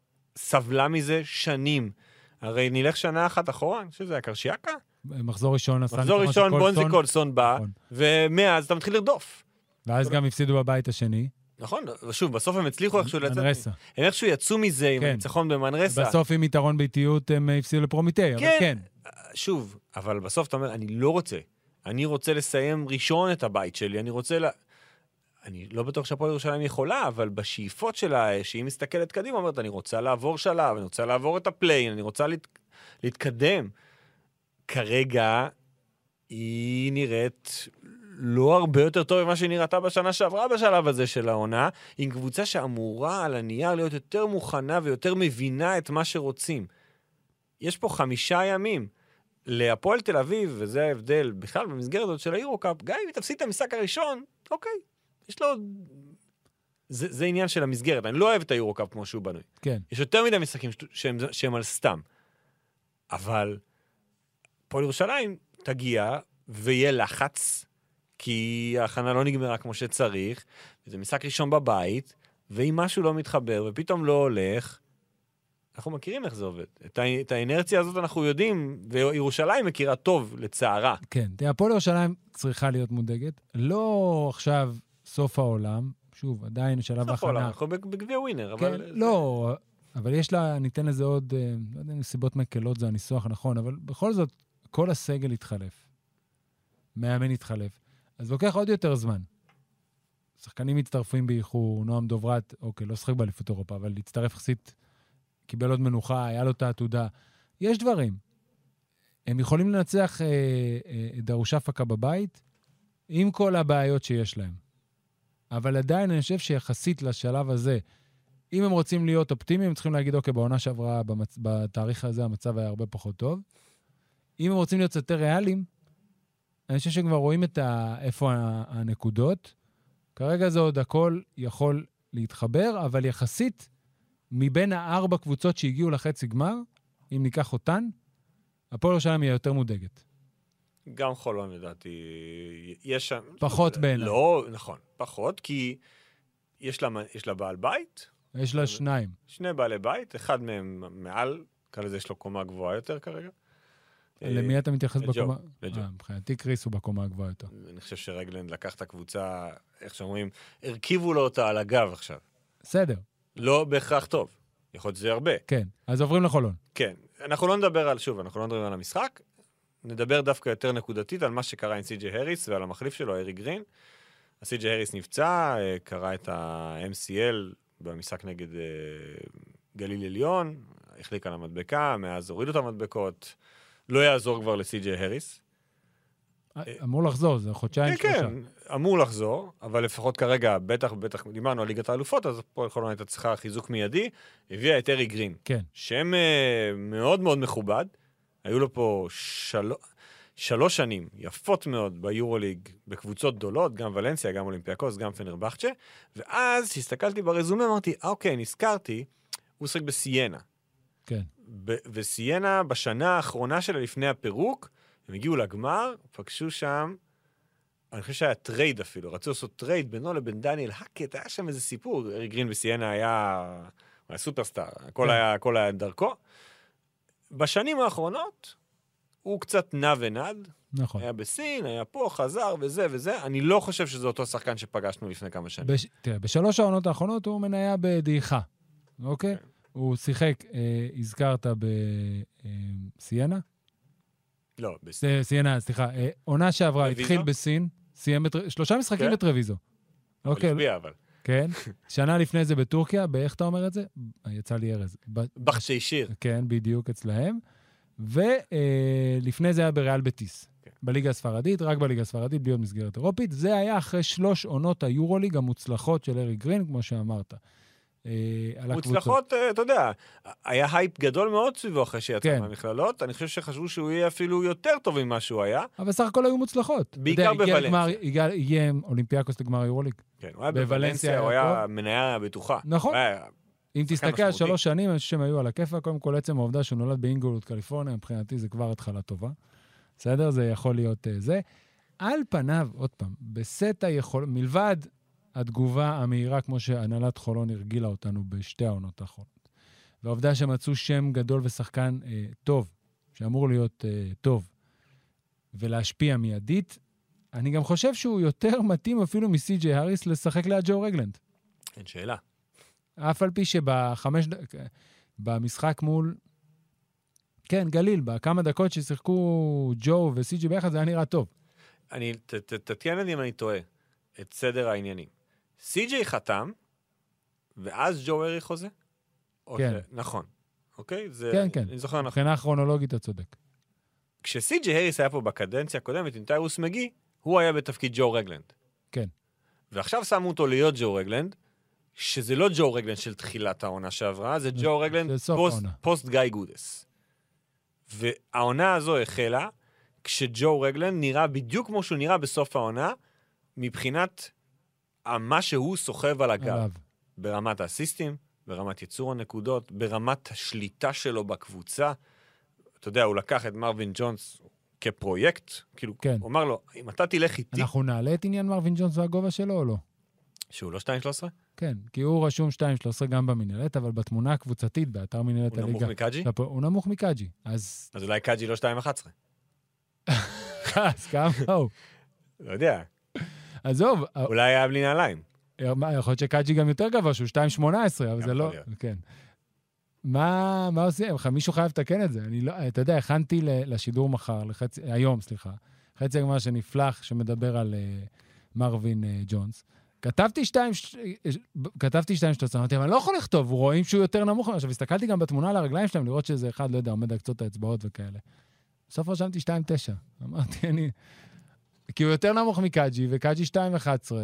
סבלה מזה שנים. הרי נלך שנה אחת אחורה, שזה היה קרשיאקה. מחזור ראשון, מחזור ראשון, בונזי קולסון בא, נכון. ומאז אתה מתחיל לרדוף. ואז גם הפסידו בבית השני. נכון, ושוב, בסוף הם הצליחו איכשהו לצאת. מנרסה. הם איכשהו יצאו מזה עם כן. הניצחון במנרסה. בסוף עם יתרון ביתיות הם הפסידו לפרומיטי, אבל כן. שוב, אבל בסוף אתה אומר, אני לא רוצה. אני רוצה לסיים ראשון את הבית שלי, אני רוצה ל... אני לא בטוח שהפועל ירושלים יכולה, אבל בשאיפות שלה, שהיא מסתכלת קדימה, אומרת, אני רוצה לעבור שלב, אני רוצה לעבור את הפליין, אני רוצה להת... להתקדם. כרגע היא נראית לא הרבה יותר טוב ממה שהיא נראתה בשנה שעברה בשלב הזה של העונה, עם קבוצה שאמורה על הנייר להיות יותר מוכנה ויותר מבינה את מה שרוצים. יש פה חמישה ימים. להפועל תל אביב, וזה ההבדל בכלל במסגרת הזאת של האירו-קאפ, גם אם היא תפסיד את המשחק הראשון, אוקיי, יש לו... זה, זה עניין של המסגרת. אני לא אוהב את האירו-קאפ כמו שהוא בנוי. כן. יש יותר מדי משחקים שהם, שהם על סתם. אבל הפועל ירושלים תגיע ויהיה לחץ, כי ההכנה לא נגמרה כמו שצריך, וזה משחק ראשון בבית, ואם משהו לא מתחבר ופתאום לא הולך, אנחנו מכירים איך זה עובד. את, ה- את האנרציה הזאת אנחנו יודעים, וירושלים מכירה טוב לצערה. כן, הפועל ירושלים צריכה להיות מודאגת. לא עכשיו סוף העולם, שוב, עדיין שלב סוף הכנה. העולם, אנחנו בגביע ווינר, כן, אבל... לא, אבל יש לה, ניתן לזה עוד, לא יודע, נסיבות מקלות, זה הניסוח הנכון, אבל בכל זאת, כל הסגל התחלף. מאמן התחלף. אז לוקח עוד יותר זמן. שחקנים מצטרפים באיחור, נועם דוברת, אוקיי, לא שחק באליפות אירופה, אבל להצטרף יחסית, קיבל עוד מנוחה, היה לו את העתודה. יש דברים. הם יכולים לנצח אה, אה, דרושפקה בבית, עם כל הבעיות שיש להם. אבל עדיין אני חושב שיחסית לשלב הזה, אם הם רוצים להיות אופטימיים, הם צריכים להגיד, אוקיי, בעונה שעברה, במצ... בתאריך הזה, המצב היה הרבה פחות טוב. אם הם רוצים להיות יותר ריאליים, אני חושב שכבר רואים את ה... איפה הנקודות. כרגע זה עוד הכל יכול להתחבר, אבל יחסית, מבין הארבע קבוצות שהגיעו לחצי גמר, אם ניקח אותן, הפועל ירושלים היא יותר מודאגת. גם חולון, לדעתי, יש שם... פחות בעיניי. לא, נכון, פחות, כי יש לה, יש לה בעל בית. יש לה שניים. שני בעלי בית, אחד מהם מעל, כאלה זה יש לו קומה גבוהה יותר כרגע. למי אתה מתייחס בקומה? לג'ו. מבחינתי קריס הוא בקומה הגבוהה יותר. אני חושב שרגלנד לקח את הקבוצה, איך שאומרים, הרכיבו לו אותה על הגב עכשיו. בסדר. לא בהכרח טוב. יכול להיות שזה הרבה. כן, אז עוברים לחולון. כן. אנחנו לא נדבר על, שוב, אנחנו לא נדבר על המשחק, נדבר דווקא יותר נקודתית על מה שקרה עם סי.ג'יי הריס ועל המחליף שלו, אריק גרין. סי.ג'יי הריס נפצע, קרא את ה-אם סי אל במשחק נגד גליל עליון, החליק על המדבקה, מאז הורידו את המדבקות, לא יעזור כבר לסי.ג'יי הריס. אמור לחזור, זה חודשיים שלושה. כן, אמור לחזור, אבל לפחות כרגע, בטח, בטח, דיברנו על ליגת האלופות, אז פה יכולנו הייתה צריכה חיזוק מיידי, הביאה את אריק גרין. כן. שם מאוד מאוד מכובד, היו לו פה של... שלוש שנים יפות מאוד ביורוליג, בקבוצות גדולות, גם ולנסיה, גם אולימפיאקוס, גם פנרבחצ'ה, ואז שהסתכלתי ברזומה, אמרתי, אוקיי, נזכרתי, הוא שחק בסיינה. כן. ב- וסיינה, בשנה האחרונה שלה לפני הפירוק, הם הגיעו לגמר, פגשו שם, אני חושב שהיה טרייד אפילו, רצו לעשות טרייד בינו לבין דניאל הקט, היה שם איזה סיפור, אריק גרין בסיינה היה, היה סופרסטאר, הכל, כן. היה, הכל היה דרכו. בשנים האחרונות, הוא קצת נע ונד, נכון. היה בסין, היה פה, חזר וזה וזה, אני לא חושב שזה אותו שחקן שפגשנו לפני כמה שנים. בש... תראה, בשלוש העונות האחרונות הוא מניה בדעיכה, אוקיי? כן. הוא שיחק, אה, הזכרת בסיינה? לא, בסין. סיינה, סליחה. אה, עונה שעברה, התחיל בסין, סיים את... שלושה משחקים כן? בטרוויזו. אוקיי. הוא השפיע, אבל. כן. שנה לפני זה בטורקיה, באיך אתה אומר את זה? יצא לי ארז. בחשי שיר. כן, בדיוק אצלהם. ולפני זה היה בריאל בטיס, okay. בליגה הספרדית, רק בליגה הספרדית, בלי עוד מסגרת אירופית. זה היה אחרי שלוש עונות היורוליג המוצלחות של אריק גרין, כמו שאמרת. מוצלחות, אתה יודע, היה הייפ גדול מאוד סביבו אחרי שיצא כן. מהמכללות, אני חושב שחשבו שהוא יהיה אפילו יותר טוב ממה שהוא היה. אבל סך הכל היו מוצלחות. בעיקר בוולנסיה. הגיע עם אולימפיאקוס לגמר היורוליג. כן, הוא היה בוולנסיה, הוא היה מניה בטוחה. נכון. אם תסתכל על שלוש שנים, אני חושב שהם היו על הכיפה, קודם כל עצם העובדה שהוא נולד באינגולוד, קליפורניה, מבחינתי זה כבר התחלה טובה. בסדר? זה יכול להיות זה. על פניו, עוד פעם, בסט היכול, מלבד התגובה המהירה, כמו שהנהלת חולון הרגילה אותנו בשתי העונות האחרונות. והעובדה שמצאו שם גדול ושחקן אה, טוב, שאמור להיות אה, טוב, ולהשפיע מיידית, אני גם חושב שהוא יותר מתאים אפילו מסי.ג'יי הריס לשחק ליד ג'ו רגלנד. אין שאלה. אף על פי שבחמש, במשחק מול, כן, גליל, בכמה דקות ששיחקו ג'ו וסי.ג'י ביחד, זה היה נראה טוב. אני, תתיין לי אם אני טועה, את סדר העניינים. סי.ג'יי חתם, ואז ג'ו האריך חוזה? כן. נכון. אוקיי? זה, כן, כן. אני זוכר נכון. מבחינה כרונולוגית, אתה צודק. כשסי.ג'יי הריס היה פה בקדנציה הקודמת, עם טיירוס מגי, הוא היה בתפקיד ג'ו רגלנד. כן. ועכשיו שמו אותו להיות ג'ו רגלנד, שזה לא ג'ו רגלנד של תחילת העונה שעברה, זה ג'ו רגלנד פוסט, פוסט גיא גודס. והעונה הזו החלה, כשג'ו רגלנד נראה בדיוק כמו שהוא נראה בסוף העונה, מבחינת מה שהוא סוחב על הגב. ברמת האסיסטים, ברמת יצור הנקודות, ברמת השליטה שלו בקבוצה. אתה יודע, הוא לקח את מרווין ג'ונס כפרויקט, כאילו, כן. הוא אמר לו, אם אתה תלך איתי... אנחנו נעלה את עניין מרווין ג'ונס והגובה שלו או לא? שהוא לא שתיים שלוש עשרה? כן, כי הוא רשום שתיים שלוש עשרה גם במנהלת, אבל בתמונה הקבוצתית, באתר מנהלת הליגה... הוא נמוך מקאג'י? הוא נמוך מקאג'י, אז... אז אולי קאג'י לא שתיים אחת עשרה. אז כמה הוא? לא יודע. עזוב. אולי היה בלי נעליים. יכול להיות שקאג'י גם יותר גבוה, שהוא שתיים שמונה עשרה, אבל זה לא... כן. מה, מה עושים? מישהו חייב לתקן את זה. אני לא... אתה יודע, הכנתי לשידור מחר, לחצי... היום, סליחה. חצי הגמר שנפלח, שמדבר על מרווין ג'ונס. כתבתי שתיים, כתבתי שתיים שלושה, אמרתי, אבל אני לא יכול לכתוב, רואים שהוא יותר נמוך. עכשיו, הסתכלתי גם בתמונה על הרגליים שלהם, לראות שזה אחד, לא יודע, עומד לקצות האצבעות וכאלה. בסוף רשמתי שתיים תשע. אמרתי, אני... כי הוא יותר נמוך מקאג'י, וקאג'י שתיים אחת עשרה,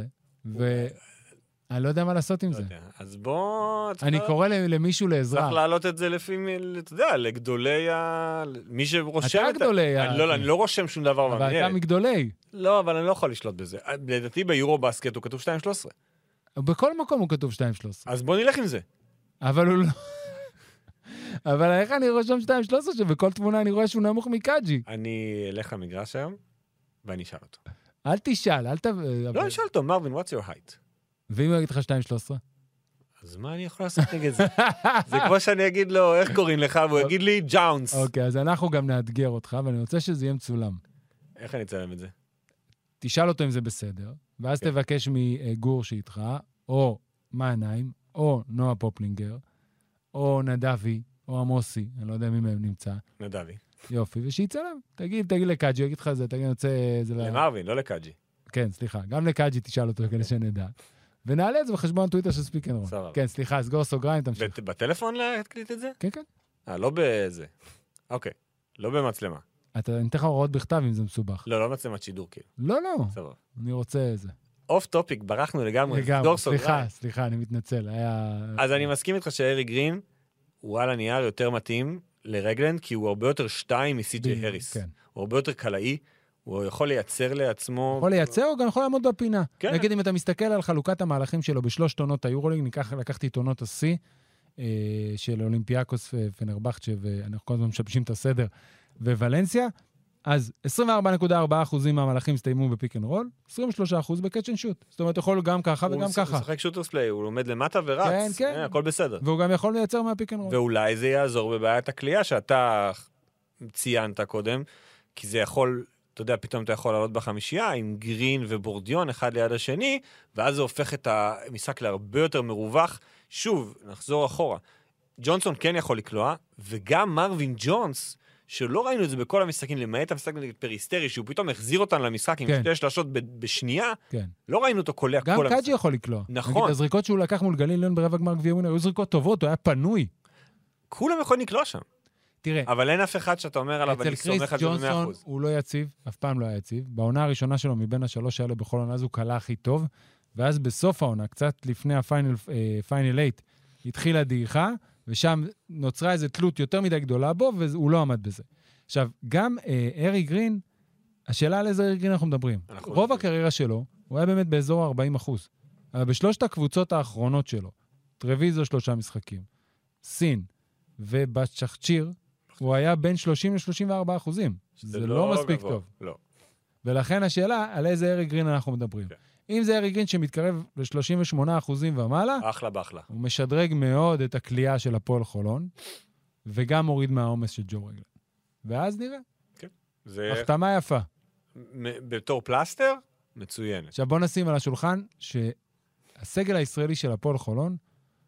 ואני לא יודע מה לעשות עם זה. אז בוא... אני קורא למישהו לעזרה. צריך להעלות את זה לפי, אתה יודע, לגדולי ה... מי שרושם... אתה גדולי ה... אני לא רושם שום דבר. אבל אתה מגדולי. לא, אבל אני לא יכול לשלוט בזה. לדעתי ביורו-בסקט הוא כתוב שתיים שלוש עשרה. בכל מקום הוא כתוב שתיים שלוש עשרה. אז בוא נלך עם זה. אבל הוא לא... אבל איך אני רושם שתיים שלוש עשרה שבכל תמונה אני רואה שהוא נמוך מקאג'י? אני אלך למגרש היום, ואני אשאל אותו. אל תשאל, אל ת... לא, אני אשאל אותו, מרווין, what's your height? ואם הוא יגיד לך שתיים שלוש עשרה? אז מה אני יכול לעשות נגד זה? זה כמו שאני אגיד לו, איך קוראים לך? והוא יגיד לי, ג'אונס. אוקיי, אז אנחנו גם נאתגר אותך, ואני רוצה שזה יהיה מצולם. איך אני אצלם את זה? תשאל אותו אם זה בסדר, ואז תבקש מגור שאיתך, או מעניים, או נועה פופלינגר, או נדבי, או עמוסי, אני לא יודע מי מהם נמצא. נדבי. יופי, ושיצלם. תגיד, תגיד לקאג'י, יגיד לך זה, תגיד, אני רוצה... למרווין, לא לקאג'י. כן, סליחה, גם לקאג'י תשאל אותו כדי שנדע. ונעלה את זה בחשבון טוויטר של ספיק אנד רול. כן, סליחה, סגור סוגריים, תמשיך. בטלפון להקליט את זה? כן, כן. אה, לא בזה. אוקיי, לא במצלמה. אתה ניתן לך הוראות בכתב אם זה מסובך. לא, לא מצלמת שידור, כאילו. לא, לא. סבבה. אני רוצה זה. אוף טופיק, ברחנו לגמרי. לגמרי, סליחה, סליחה, אני מתנצל. אז אני מסכים איתך שארי גרין, הוא על הנייר יותר מתאים לרגלנד, כי הוא הרבה יותר שתיים מסי.ג'יי הריס. הוא הרבה יותר קלעי, הוא יכול לייצר לעצמו... יכול לייצר, הוא גם יכול לעמוד בפינה. נגיד, אם אתה מסתכל על חלוקת המהלכים שלו בשלוש עונות היורוליג, לקחתי את עונות השיא של אולימפיאקוס ופנרבחצ'ה, ואנחנו כל הזמן משבשים את הסדר, וולנסיה, אז עשרים וארבע נקודה ארבע אחוז מהמהלכים הסתיימו בפיק אנד רול, עשרים ושלושה אחוז בקאץ' אנד שוט. זאת אומרת, יכול גם ככה וגם ככה. הוא משחק שוטרס פליי, הוא לומד למטה ורץ. כן, כן. הכל בסדר. והוא גם יכול לייצר מהפיק אנד רול. ואולי זה יעזור בבעיית הקליעה שאתה ציינת קודם, כי זה יכול, אתה יודע, פתאום אתה יכול לעלות בחמישייה עם גרין ובורדיון אחד ליד השני, ואז זה הופך את המשחק להרבה יותר מרווח. שוב, נחזור אחורה. ג'ונסון כן יכול לקלוע, וגם מרווין ג'ונס, שלא ראינו את זה בכל המשחקים, למעט המשחק נגד פריסטרי, שהוא פתאום החזיר אותן למשחק עם שתי שלשות בשנייה, לא ראינו אותו קולע כל המשחק. גם קאג'י יכול לקלוע. נכון. נגיד, הזריקות שהוא לקח מול גליל ליון ברבע גמר גביע ווינר, היו זריקות טובות, הוא היה פנוי. כולם יכולים לקלוע שם. תראה. אבל אין אף אחד שאתה אומר עליו, אני סומך על זה ב-מאה אחוז. אצל קריס ג'ונסון הוא לא יציב, אף פעם לא היה יציב. בעונה הראשונה שלו, מבין השלוש האלה בכל עונה, אז הוא קלע הכי טוב, ואז בסוף העונה, קצת לפני הפיינל שמונה, התחילה דעיכה, ושם נוצרה איזו תלות יותר מדי גדולה בו, והוא לא עמד בזה. עכשיו, גם אה, ארי גרין, השאלה על איזה ארי גרין אנחנו מדברים. אנחנו רוב מדברים. הקריירה שלו, הוא היה באמת באזור ארבעים אחוז. אבל בשלושת הקבוצות האחרונות שלו, טרוויזו שלושה משחקים, סין ובצ'חצ'יר, הוא היה בין שלושים ל-שלושים וארבעה אחוזים. זה לא, לא מספיק גבוה. טוב. לא. ולכן השאלה, על איזה ארי גרין אנחנו מדברים. כן. אם זה ארי גרין שמתקרב ל-שלושים ושמונה אחוזים ומעלה, אחלה באחלה. הוא משדרג מאוד את הקליעה של הפועל חולון, וגם מוריד מהעומס של ג'ו רגלן. ואז נראה. כן. זה... החתמה יפה. בתור פלסטר, מצוינת. עכשיו בוא נשים על השולחן, שהסגל הישראלי של הפועל חולון,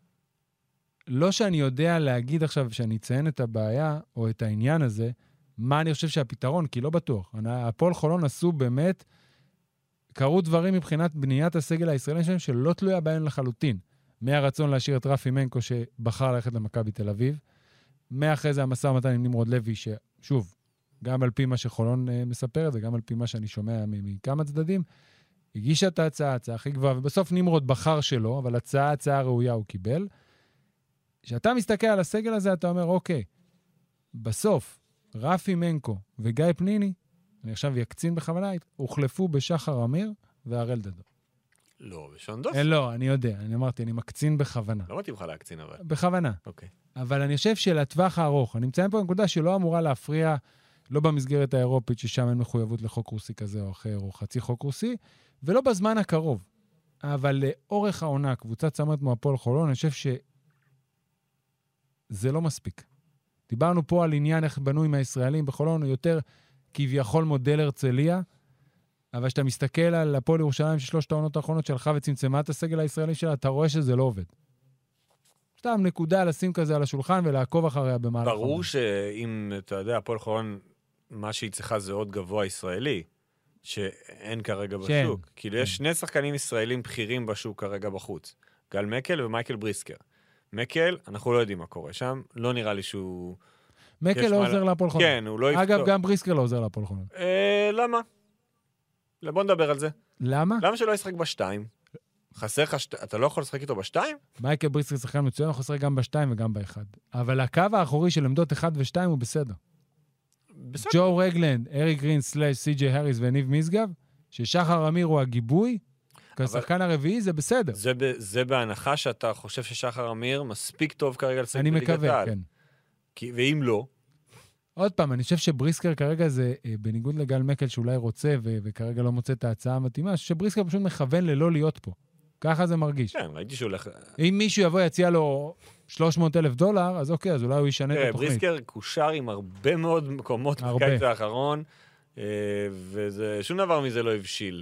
לא שאני יודע להגיד עכשיו, שאני אציין את הבעיה, או את העניין הזה, מה אני חושב שהפתרון, כי לא בטוח. הפועל חולון עשו באמת, קרו דברים מבחינת בניית הסגל הישראלי שלהם, שלא תלויה בהם לחלוטין. מהרצון להשאיר את רפי מנקו, שבחר ללכת למכבי תל אביב, מאחרי זה המשא ומתן עם נמרוד לוי, ששוב, גם על פי מה שחולון אה, מספרת, וגם על פי מה שאני שומע מכמה צדדים, הגישה את ההצעה, ההצעה הכי גבוהה, ובסוף נמרוד בחר שלו, אבל הצעה, הצעה ראויה הוא קיבל. כשאתה מסתכל על הסגל הזה, אתה אומר, אוקיי, בסוף, רפי מנקו וגיא פניני, אני עכשיו יקצין בכוונה, הוחלפו בשחר אמיר והראל דדו. לא, בשון דוס. לא, אני יודע, אני אמרתי, אני מקצין בכוונה. לא מתאים לך להקצין, אבל. בכוונה. אוקיי. אבל אני חושב שלטווח הארוך, אני מציין פה נקודה שלא אמורה להפריע, לא במסגרת האירופית, ששם אין מחויבות לחוק רוסי כזה או אחר, או חצי חוק רוסי, ולא בזמן הקרוב. אבל לאורך העונה, קבוצת צמרת מהפועל חולון, אני חושב שזה לא מספיק. דיברנו פה על עניין איך בנו עם הישראלים בחולון, הוא יותר כביכול מודל הרצליה, אבל כשאתה מסתכל על הפועל ירושלים של שלושת העונות האחרונות שלך וצמצמה את הסגל הישראלי שלה, אתה רואה שזה לא עובד. סתם נקודה לשים כזה על השולחן ולעקוב אחריה במהלך. ברור שאם, אתה יודע, הפועל חולון, מה שהיא צריכה זה עוד גבוה ישראלי, שאין כרגע בשוק. כאילו יש שני שחקנים ישראלים בכירים בשוק כרגע בחוץ. גל מקל ומייקל בריסקר. מקל, אנחנו לא יודעים מה קורה שם, לא נראה לי שהוא... מקל לא עוזר להפועל חולון. כן, הוא לא יפתור. אגב, גם בריסקר לא עוזר להפועל חולון. למה? בוא נדבר על זה. למה? למה שלא ישחק בשתיים? חסר לך, אתה לא יכול לשחק איתו בשתיים? מייקל בריסקר שחקן מצוין, הוא חסר גם בשתיים וגם באחד. אבל הקו האחורי של עמדות אחד ושתיים הוא בסדר. בסדר. ג'ו רגלנד, ארי גרין סלאש סי.ג'יי הריס וניב משגב, ששחר אמיר הוא הגיבוי, כשחקן הרביעי זה בסדר. זה, זה בהנחה שאתה חושב ששחר אמיר מספיק טוב כרגע לשחק בליגת העל. אני מקווה, כן. כי, ואם לא... עוד פעם, אני חושב שבריסקר כרגע זה, בניגוד לגל מקל שאולי רוצה, ו- וכרגע לא מוצא את ההצעה המתאימה, שבריסקר פשוט מכוון ללא להיות פה. ככה זה מרגיש. כן, ראיתי שהוא הולך... אם מישהו יבוא יציע לו שלוש מאות אלף דולר, אז אוקיי, אז אולי הוא ישנה את התוכנית. בריסקר קושר עם הרבה מאוד מקומות בקיץ האחרון, ושום דבר מזה לא הבשיל.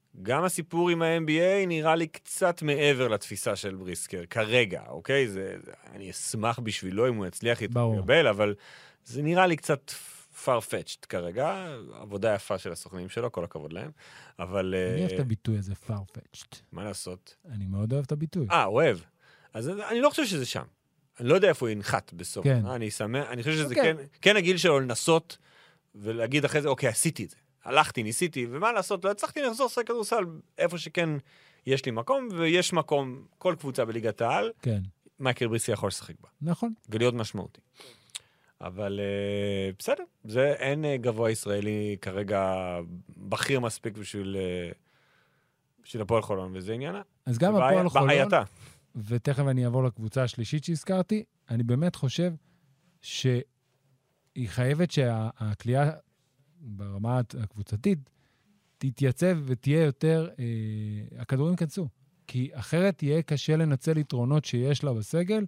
גם הסיפור עם ה-אן בי איי נראה לי קצת מעבר לתפיסה של בריסקר, כרגע, אוקיי? זה, אני אשמח בשבילו אם הוא יצליח להתקבל, אבל זה נראה לי קצת farfetched כרגע, עבודה יפה של הסוכנים שלו, כל הכבוד להם, אבל... אני אוהב את הביטוי הזה, farfetched. מה לעשות? אני מאוד אוהב את הביטוי. אה, אוהב. אז אני לא חושב שזה שם. אני לא יודע איפה הוא ינחת בסוף. כן. אני שמח, אני חושב שזה כן, כן הגיל שלו לנסות ולהגיד אחרי זה, אוקיי, עשיתי את זה. הלכתי, ניסיתי, ומה לעשות? לא הצלחתי לחזור לשחק כדורסל איפה שכן יש לי מקום, ויש מקום, כל קבוצה בליגת העל, כן. מייקל בריסקי יכול לשחק בה. נכון. ולהיות משמעותי. אבל uh, בסדר, זה אין uh, גבוה ישראלי כרגע בכיר מספיק בשביל, uh, בשביל הפועל חולון, וזה עניינה. אז גם הפועל חולון, בעייתה. ותכף אני אעבור לקבוצה השלישית שהזכרתי, אני באמת חושב שהיא חייבת שהקליעה ברמה הקבוצתית תתייצב ותהיה יותר, אה, הכדורים כנסו. כי אחרת יהיה קשה לנצל יתרונות שיש לה בסגל,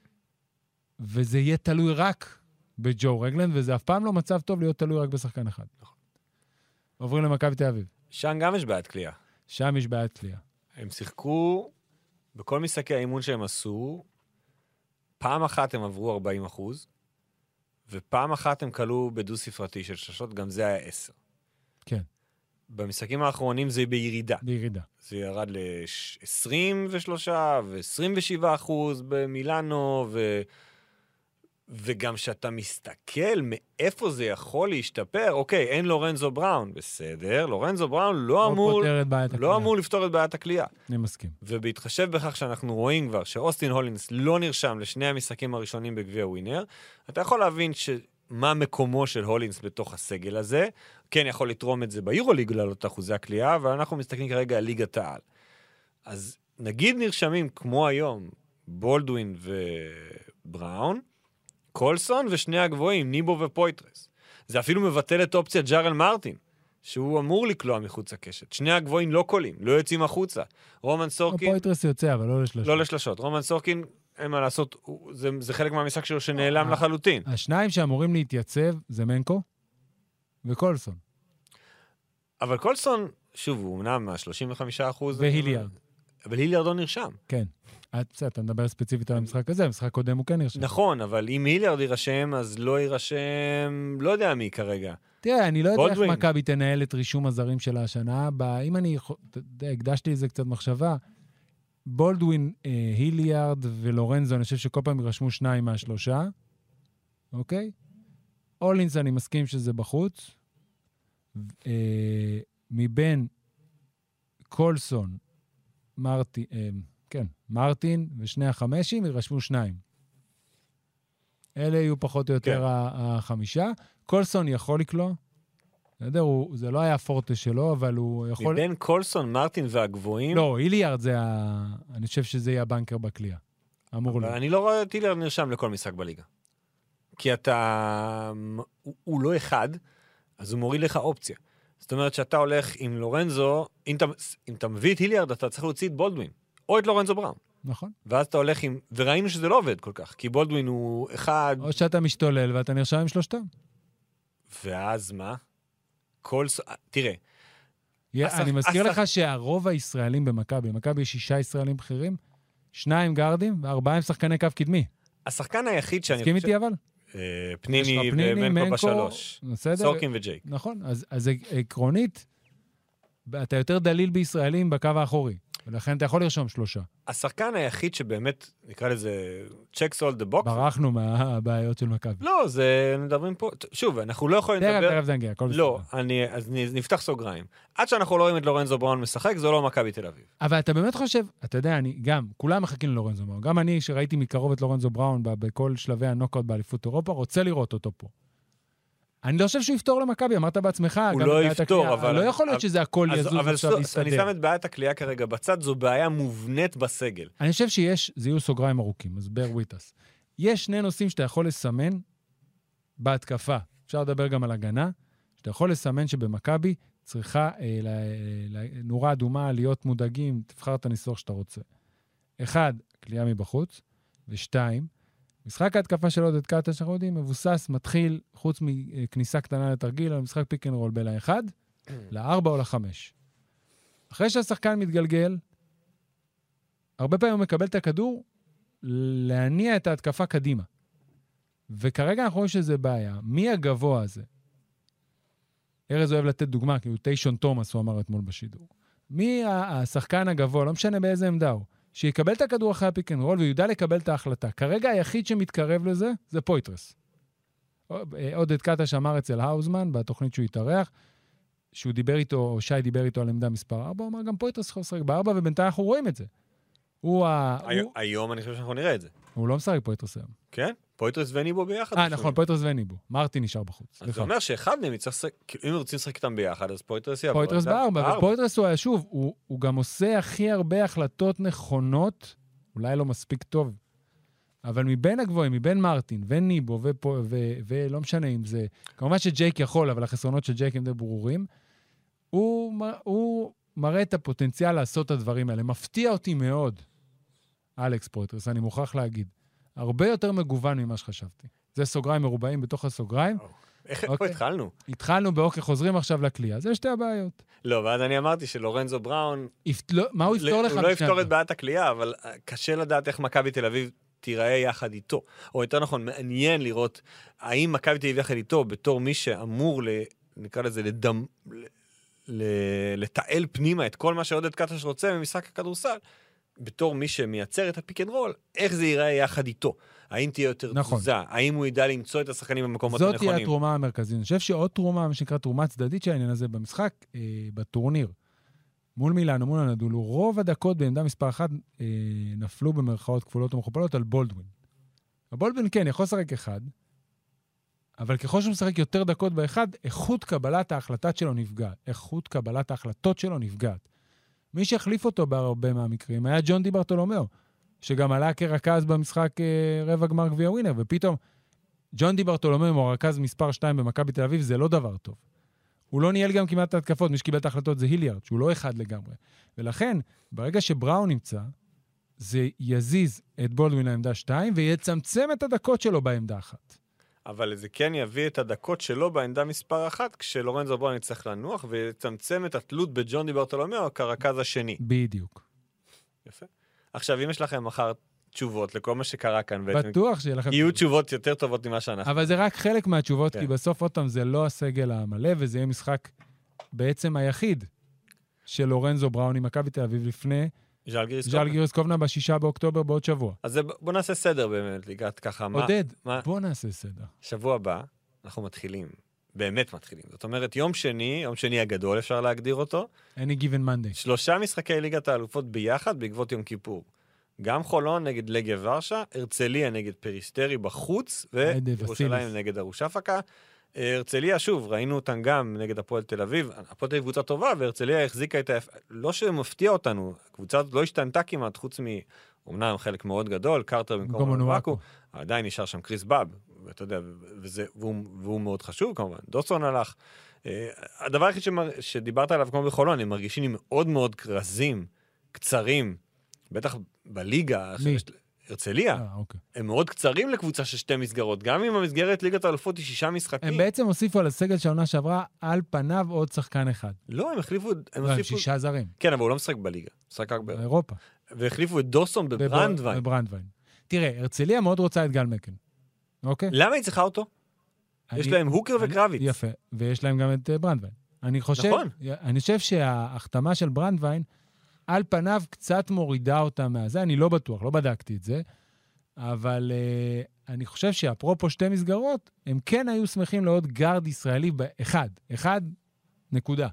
וזה יהיה תלוי רק בג'ו רגלנד, וזה אף פעם לא מצב טוב להיות תלוי רק בשחקן אחד. נכון. עוברים למכבי תל אביב. שם גם יש בעיית קליעה. שם יש בעיית קליעה. הם שיחקו, בכל משחקי האימון שהם עשו, פעם אחת הם עברו ארבעים אחוז, ופעם אחת הם קלו בדו ספרתי של שלשות, גם זה היה עשר. כן. במשחקים האחרונים זה בירידה. בירידה. זה ירד ל-עשרים ושלוש ו-עשרים ושבעה אחוז במילאנו, ו... וגם שאתה מסתכל מאיפה זה יכול להשתפר, אוקיי, אין לורנזו בראון, בסדר, לורנזו בראון לא, לא, אמור, לא אמור לפתור את בעיית הקליעה. אני מסכים. ובהתחשב בכך שאנחנו רואים כבר שאוסטין הולינס לא נרשם לשני המשחקים הראשונים בגביע ווינר, אתה יכול להבין שמה מקומו של הולינס בתוך הסגל הזה, כן יכול לתרום את זה ביורוליג לעלות אחוזי הקליעה, אבל אנחנו מסתכלים כרגע על ליגת העל. אז נגיד נרשמים כמו היום, בולדווין ובראון, קולסון ושני הגבוהים, ניבו ופויטרס. זה אפילו מבטל את אופציה ג'רל מרטין, שהוא אמור לקלוע מחוץ הקשת. שני הגבוהים לא קולים, לא יוצאים החוצה. רומן סורקין... פויטרס יוצא, אבל לא לשלשות. לא לשלשות. רומן סורקין, אין מה לעשות, זה, זה חלק מהמשחק שלו שנעלם לחלוטין. השניים שאמורים להתייצב זה מנקו וקולסון. אבל קולסון, שוב, הוא אמנם מה-שלושים וחמישה אחוז... והיליארד. אבל היליארד לא נרשם. כן. אתה מדבר ספציפית על המשחק הזה, המשחק קודם הוא כן ירשם. נכון, אבל אם היליארד יירשם, אז לא יירשם, לא יודע מי כרגע. תראה, אני לא יודע איך מכבי תנהל את רישום הזרים של השנה הבאה. אם אני, הקדשתי לזה קצת מחשבה, בולדווין, היליארד ולורנזו, אני חושב שכל פעם יירשמו שניים מהשלושה, אוקיי? אולינס, אני מסכים שזה בחוץ. מבין קולסון, מרטי, כן, מרטין ושני החמשים יירשמו שניים. אלה יהיו פחות או יותר כן. החמישה. קולסון יכול לקלוע. בסדר, זה לא היה הפורטה שלו, אבל הוא יכול... מבין קולסון, מרטין והגבוהים... לא, היליארד זה ה... אני חושב שזה יהיה הבנקר בקליעה. אמור אבל אני לא רואה את היליארד נרשם לכל משחק בליגה. כי אתה... הוא, הוא לא אחד, אז הוא מוריד לך אופציה. זאת אומרת שאתה הולך עם לורנזו, אם אתה, אם אתה מביא את היליארד, אתה צריך להוציא את בולדווין. או את לורנזו בראון. נכון. ואז אתה הולך עם... וראינו שזה לא עובד כל כך, כי בולדווין הוא אחד... או שאתה משתולל ואתה נרשם עם שלושתם. ואז מה? כל... תראה. אני מזכיר לך שהרוב הישראלים במכבי, במכבי יש שישה ישראלים בכירים, שניים גארדים וארבעה עם שחקני קו קדמי. השחקן היחיד שאני... מסכים איתי אבל? פניני ומנקו בשלוש. סורקין וג'ייק. נכון. אז עקרונית, אתה יותר דליל בישראלים בקו האחורי. ולכן אתה יכול לרשום שלושה. השחקן היחיד שבאמת, נקרא לזה, checks all the box. ברחנו מהבעיות של מכבי. לא, זה נדברים פה, שוב, אנחנו לא יכולים לדבר... תרב, תרב זה נגיע, הכל בסדר. לא, אני, אז נפתח סוגריים. עד שאנחנו לא רואים את לורנזו בראון משחק, זה לא מכבי תל אביב. אבל אתה באמת חושב, אתה יודע, אני גם, כולם מחכים ללורנזו בראון. גם אני, שראיתי מקרוב את לורנזו בראון בכל שלבי הנוקאוט באליפות אירופה, רוצה לראות אותו פה. אני לא חושב שהוא יפתור למכבי, אמרת בעצמך. הוא לא יפתור, אבל... לא יכול להיות שזה הכל יזוז עכשיו יסתדר. אני שם את בעיית הקליעה כרגע בצד, זו בעיה מובנית בסגל. אני חושב שיש, זה יהיו סוגריים ארוכים, אז bear with us. יש שני נושאים שאתה יכול לסמן בהתקפה. אפשר לדבר גם על הגנה, שאתה יכול לסמן שבמכבי צריכה נורה אדומה להיות מודאגים, תבחר את הניסוח שאתה רוצה. אחד, קליעה מבחוץ, ושתיים, משחק ההתקפה של עודד קאטה שאנחנו יודעים, מבוסס, מתחיל, חוץ מכניסה קטנה לתרגיל, על משחק פיק אנד רול בין האחד, לארבע או לחמש. אחרי שהשחקן מתגלגל, הרבה פעמים הוא מקבל את הכדור, להניע את ההתקפה קדימה. וכרגע אנחנו רואים שזה בעיה. מי הגבוה הזה? ארז אוהב לתת דוגמה, כי הוא טיישון תומאס, הוא אמר אתמול בשידור. מי השחקן הגבוה, לא משנה באיזה עמדה הוא, שיקבל את הכדור אחרי הפיק אנד רול, ויודע לקבל את ההחלטה. כרגע היחיד שמתקרב לזה, זה פויטרס. עודד קטש אמר אצל האוזמן, בתוכנית שהוא התארח, שהוא דיבר איתו, או שי דיבר איתו על עמדה מספר ארבע, הוא אמר גם פויטרס יכול לשחק בארבע, ובינתיים אנחנו רואים את זה. הוא ה... היום אני חושב שאנחנו נראה את זה. הוא לא משחק פויטרס היום. כן? פויטרס וניבו ביחד. אה, נכון, פויטרס וניבו. מרטי נשאר בחוץ. אז זה אומר שאחד מהם יצטרך לשחק, אם רוצים לשחק איתם ביחד, אז פויטרס יעבור. פויטרס בארבע, ופויטרס הוא, שוב, הוא גם עושה הכי הרבה החלטות נכונות, אולי לא מספיק טוב, אבל מבין הגבוהים, מבין מרטין וניבו, ולא משנה אם זה, כמובן שג'ייק יכול, אבל החסרונות של ג'ייק הם די ברורים, הוא מראה את הפוטנציאל לעשות את הדברים האלה. מפתיע אותי מאוד, אלכס פויטרס, אני מוכרח להגיד. הרבה יותר מגוון ממה שחשבתי. זה סוגריים מרובעים בתוך הסוגריים. איך פה התחלנו? התחלנו באוקיי, חוזרים עכשיו לכלי. אז זה שתי הבעיות. לא, ואז אני אמרתי שלורנזו בראון... מה הוא יפתור לך? הוא לא יפתור את בעיית הכלייה, אבל קשה לדעת איך מכבי תל אביב תיראה יחד איתו. או יותר נכון, מעניין לראות האם מכבי תל אביב יחד איתו, בתור מי שאמור, נקרא לזה, לדם... לתעל פנימה את כל מה שעודד קטש רוצה ממשחק הכדורסל, בתור מי שמייצר את הפיק אנד רול, איך זה ייראה יחד איתו? האם תהיה יותר נכון. תזוזה? האם הוא ידע למצוא את השחקנים במקומות הנכונים? זאת תהיה התרומה המרכזית. אני חושב שעוד תרומה, מה שנקרא תרומה צדדית של העניין הזה במשחק, אה, בטורניר, מול מילאנו, מול הנדולו, רוב הדקות בעמדה מספר אחת אה, נפלו במרכאות כפולות ומכופלות על בולדווין. הבולדווין כן, יכול לשחק אחד, אבל ככל שהוא משחק יותר דקות באחד, איכות קבלת ההחלטת שלו נפגעת. איכות קבלת ההחלטות שלו נפגעת. מי שהחליף אותו בהרבה מהמקרים היה ג'ון די ברטולומיאו, שגם עלה כרכז במשחק רבע גמר גביע ווינר, ופתאום ג'ון די ברטולומיאו הוא רכז מספר שתיים במכבי תל אביב, זה לא דבר טוב. הוא לא ניהל גם כמעט את ההתקפות, מי שקיבל את ההחלטות זה היליארד, שהוא לא אחד לגמרי. ולכן, ברגע שבראון נמצא, זה יזיז את בולדווין לעמדה שתיים, ויצמצם את הדקות שלו בעמדה אחת. אבל זה כן יביא את הדקות שלו בעמדה מספר אחת, כשלורנזו בראון יצטרך לנוח, ויצמצם את התלות בג'ון די ברטולומיאו כרכז השני. בדיוק. יפה. עכשיו, אם יש לכם מחר תשובות לכל מה שקרה כאן, בטוח שיהיה לכם... יהיו תשובות יותר טובות ממה שאנחנו. אבל זה רק חלק מהתשובות, כן. כי בסוף אותם זה לא הסגל המלא, וזה יהיה משחק בעצם היחיד של לורנזו בראון עם מכבי תל אביב לפני ז'אלגיריס קובנה בשישה באוקטובר בעוד שבוע. אז זה, בוא נעשה סדר באמת, לגעת ככה. עודד, מה, בוא נעשה סדר. שבוע הבא אנחנו מתחילים, באמת מתחילים. זאת אומרת, יום שני, יום שני הגדול אפשר להגדיר אותו. Any given Monday. שלושה משחקי ליגת האלופות ביחד בעקבות יום כיפור. גם חולון נגד לגיה ורשה, הרצליה נגד פריסטרי בחוץ, וירושלים נגד הרושפקה. הרצליה, שוב, ראינו אותם גם נגד הפועל תל אביב. הפועל תל אביב קבוצה טובה, והרצליה החזיקה את ה... לא שמפתיע אותנו, הקבוצה הזאת לא השתנתה כמעט, חוץ מ... אומנם חלק מאוד גדול, קארטר במקום אונואקו, עדיין נשאר שם קריס באב, ואתה יודע, וזה, והוא, והוא מאוד חשוב כמובן. דוסון הלך. הדבר היחיד שמר... שדיברת עליו כמו בחולון, הם מרגישים מאוד מאוד רזים, קצרים, בטח בליגה. מי? הרצליה. אה, אוקיי. הם מאוד קצרים לקבוצה של שתי מסגרות, גם אם המסגרת ליגת האלופות היא שישה משחקים. הם בעצם הוסיפו על הסגל שהעונה שעברה על פניו עוד שחקן אחד. לא, הם החליפו... הם לא, הוסיפו... שישה זרים. כן, אבל הוא לא משחק בליגה. משחק רק באירופה. באירופה. והחליפו את דוסון בברנדווין. בברנדווין. תראה, הרצליה מאוד רוצה את גל מקן. אוקיי? למה היא צריכה אותו? יש להם הוקר וקרביץ. יפה. ויש להם גם את ברנדווין. אני חושב... נכון. אני חושב שההחתמה של ברנדווין על פניו קצת מורידה אותה מהזה. אני לא בטוח, לא בדקתי את זה. אבל uh, אני חושב שאפרופו שתי מסגרות, הם כן היו שמחים לעוד גארד ישראלי באחד. אחד, נקודה.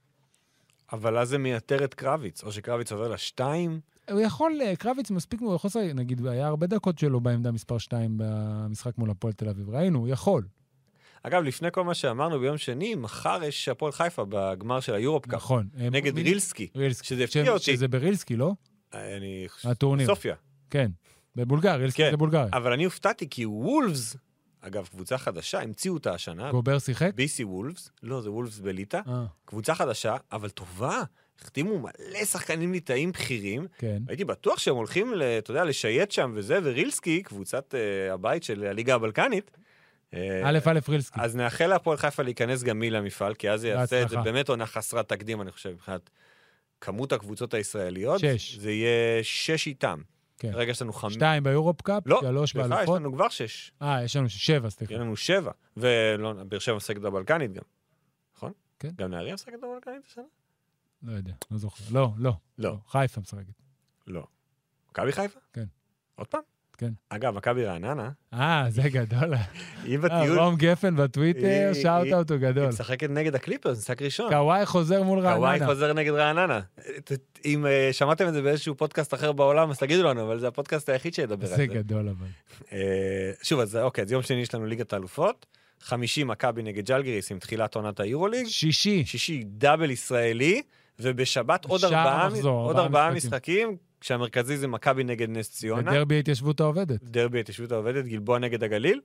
אבל אז זה מייתר את קרביץ, או שקרביץ עובר לשתיים. הוא יכול, קרביץ מספיק, הוא יכול, נגיד, היה הרבה דקות שלו בעמדה מספר שתיים במשחק מול הפועל תל אביב. ראינו, הוא יכול. אגב, לפני כל מה שאמרנו ביום שני, מחר יש הפועל חיפה בגמר של היורופ-קאפ. נכון. נגד מ... רילסקי. רילסקי. שזה הפתיע אותי. שזה ברילסקי, לא? אני... הטורניר. סופיה. כן. בבולגר, רילסקי כן. זה בולגריה. אבל אני הופתעתי כי וולפס, אגב, קבוצה חדשה, המציאו אותה השנה. גובר שיחק? בי סי וולפס, לא, זה וולפס בליטה. אה. קבוצה חדשה, אבל טובה. החתימו מלא שחקנים ליטאים בכירים. כן. הייתי בטוח שהם הולכים, אתה יודע, לשייט שם וזה, ורילסקי, קבוצת uh, הבית של הליגה הבלקנית. א' א' רילסקי. אז נאחל להפועל חיפה להיכנס גם מי למפעל, כי אז זה יעשה את זה באמת עונה חסרת תקדים, אני חושב, מבחינת כמות הקבוצות הישראליות, שש. זה יהיה שש איתם. כן. רגע יש לנו חמש... שתיים ביורופ קאפ, לא, שלוש באלופות. לא, יש לנו כבר שש. אה, יש לנו שבע, סליחה. יש לנו שבע. ולא, באר שבע משחקת בבלקנית גם. נכון? כן. גם נהריה משחקת בבלקנית השנה? לא יודע, לא זוכר. לא, לא. לא. חיפה משחקת. לא. מכבי חיפה? כן. עוד פעם? כן. אגב, מכבי רעננה. אה, זה גדול. היא בטיול... רום גפן בטוויטר, שאלת אותו גדול. היא משחקת נגד הקליפרס, משחק ראשון. קוואי חוזר מול רעננה. קוואי חוזר נגד רעננה. אם שמעתם את זה באיזשהו פודקאסט אחר בעולם, אז תגידו לנו, אבל זה הפודקאסט היחיד שידבר על זה. זה גדול אבל. שוב, אז אוקיי, אז יום שני יש לנו ליגת האלופות. חמישי מכבי נגד ג'לגיריס עם תחילת עונת היורוליג. שישי. שישי דאבל ישראלי, ובשבת עוד ארבעה, עוד ארבעה משחקים, כשהמרכזי זה מכבי נגד נס ציונה. ודרבי ההתיישבות העובדת. דרבי ההתיישבות העובדת, גלבוע נגד הגליל.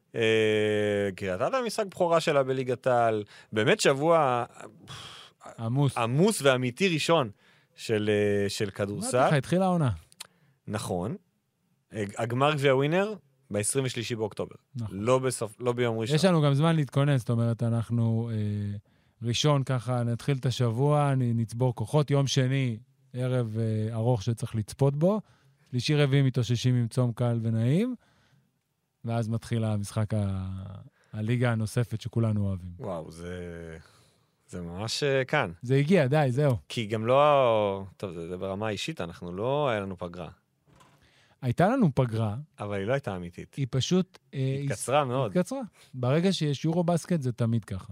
קריית אתא משחק בכורה שלה בליגת העל. באמת שבוע עמוס. עמוס ואמיתי ראשון של, של כדורסל. מה אתה התחילה העונה? נכון. הגמר גביע ווינר ב-עשרים ושלושה באוקטובר. נכון. לא, בסוף, לא ביום ראשון. יש לנו גם זמן להתכונן, זאת אומרת, אנחנו אה, ראשון ככה נתחיל את השבוע, נצבור כוחות, יום שני, ערב אה, ארוך שצריך לצפות בו, שלישי רביעי מתאוששים עם צום קל ונעים, ואז מתחיל המשחק ה... הליגה הנוספת שכולנו אוהבים. וואו, זה... זה ממש כאן. זה הגיע, די, זהו. כי גם לא... טוב, זה, זה ברמה האישית, אנחנו לא... היה לנו פגרה. הייתה לנו פגרה. אבל היא לא הייתה אמיתית. היא פשוט... התקצרה היא, מאוד. התקצרה. ברגע שיש יורו בסקט זה תמיד ככה.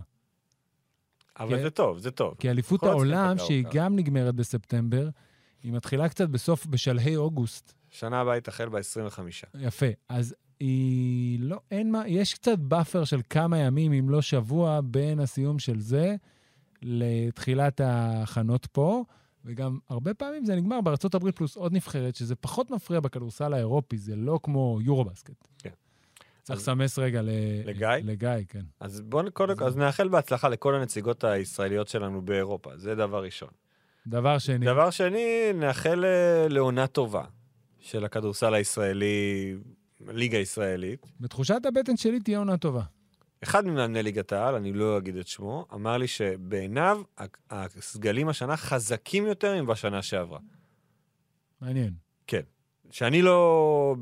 אבל כי... זה טוב, זה טוב. כי אליפות העולם, שהיא גם נגמרת בספטמבר, היא מתחילה קצת בסוף, בשלהי אוגוסט. שנה הבאה תחל ב-עשרים וחמישה. יפה. אז היא לא... אין מה... יש קצת באפר של כמה ימים, אם לא שבוע, בין הסיום של זה לתחילת ההכנות פה, וגם הרבה פעמים זה נגמר בארצות הברית פלוס עוד נבחרת, שזה פחות מפריע בכדורסל האירופי, זה לא כמו יורובסקט. כן. צריך לסמס רגע ל... לגיא? לגיא, כן. אז בואו קודם, אז נאחל בהצלחה לכל הנציגות הישראליות שלנו באירופה, זה דבר ראשון. דבר שני. דבר שני, נאחל לעונה טובה של הכדורסל הישראלי, ליגה ישראלית. בתחושת הבטן שלי תהיה עונה טובה. אחד ממאמני ליגת העל, אני לא אגיד את שמו, אמר לי שבעיניו הסגלים השנה חזקים יותר מבשנה שעברה. מעניין. כן. שאני לא,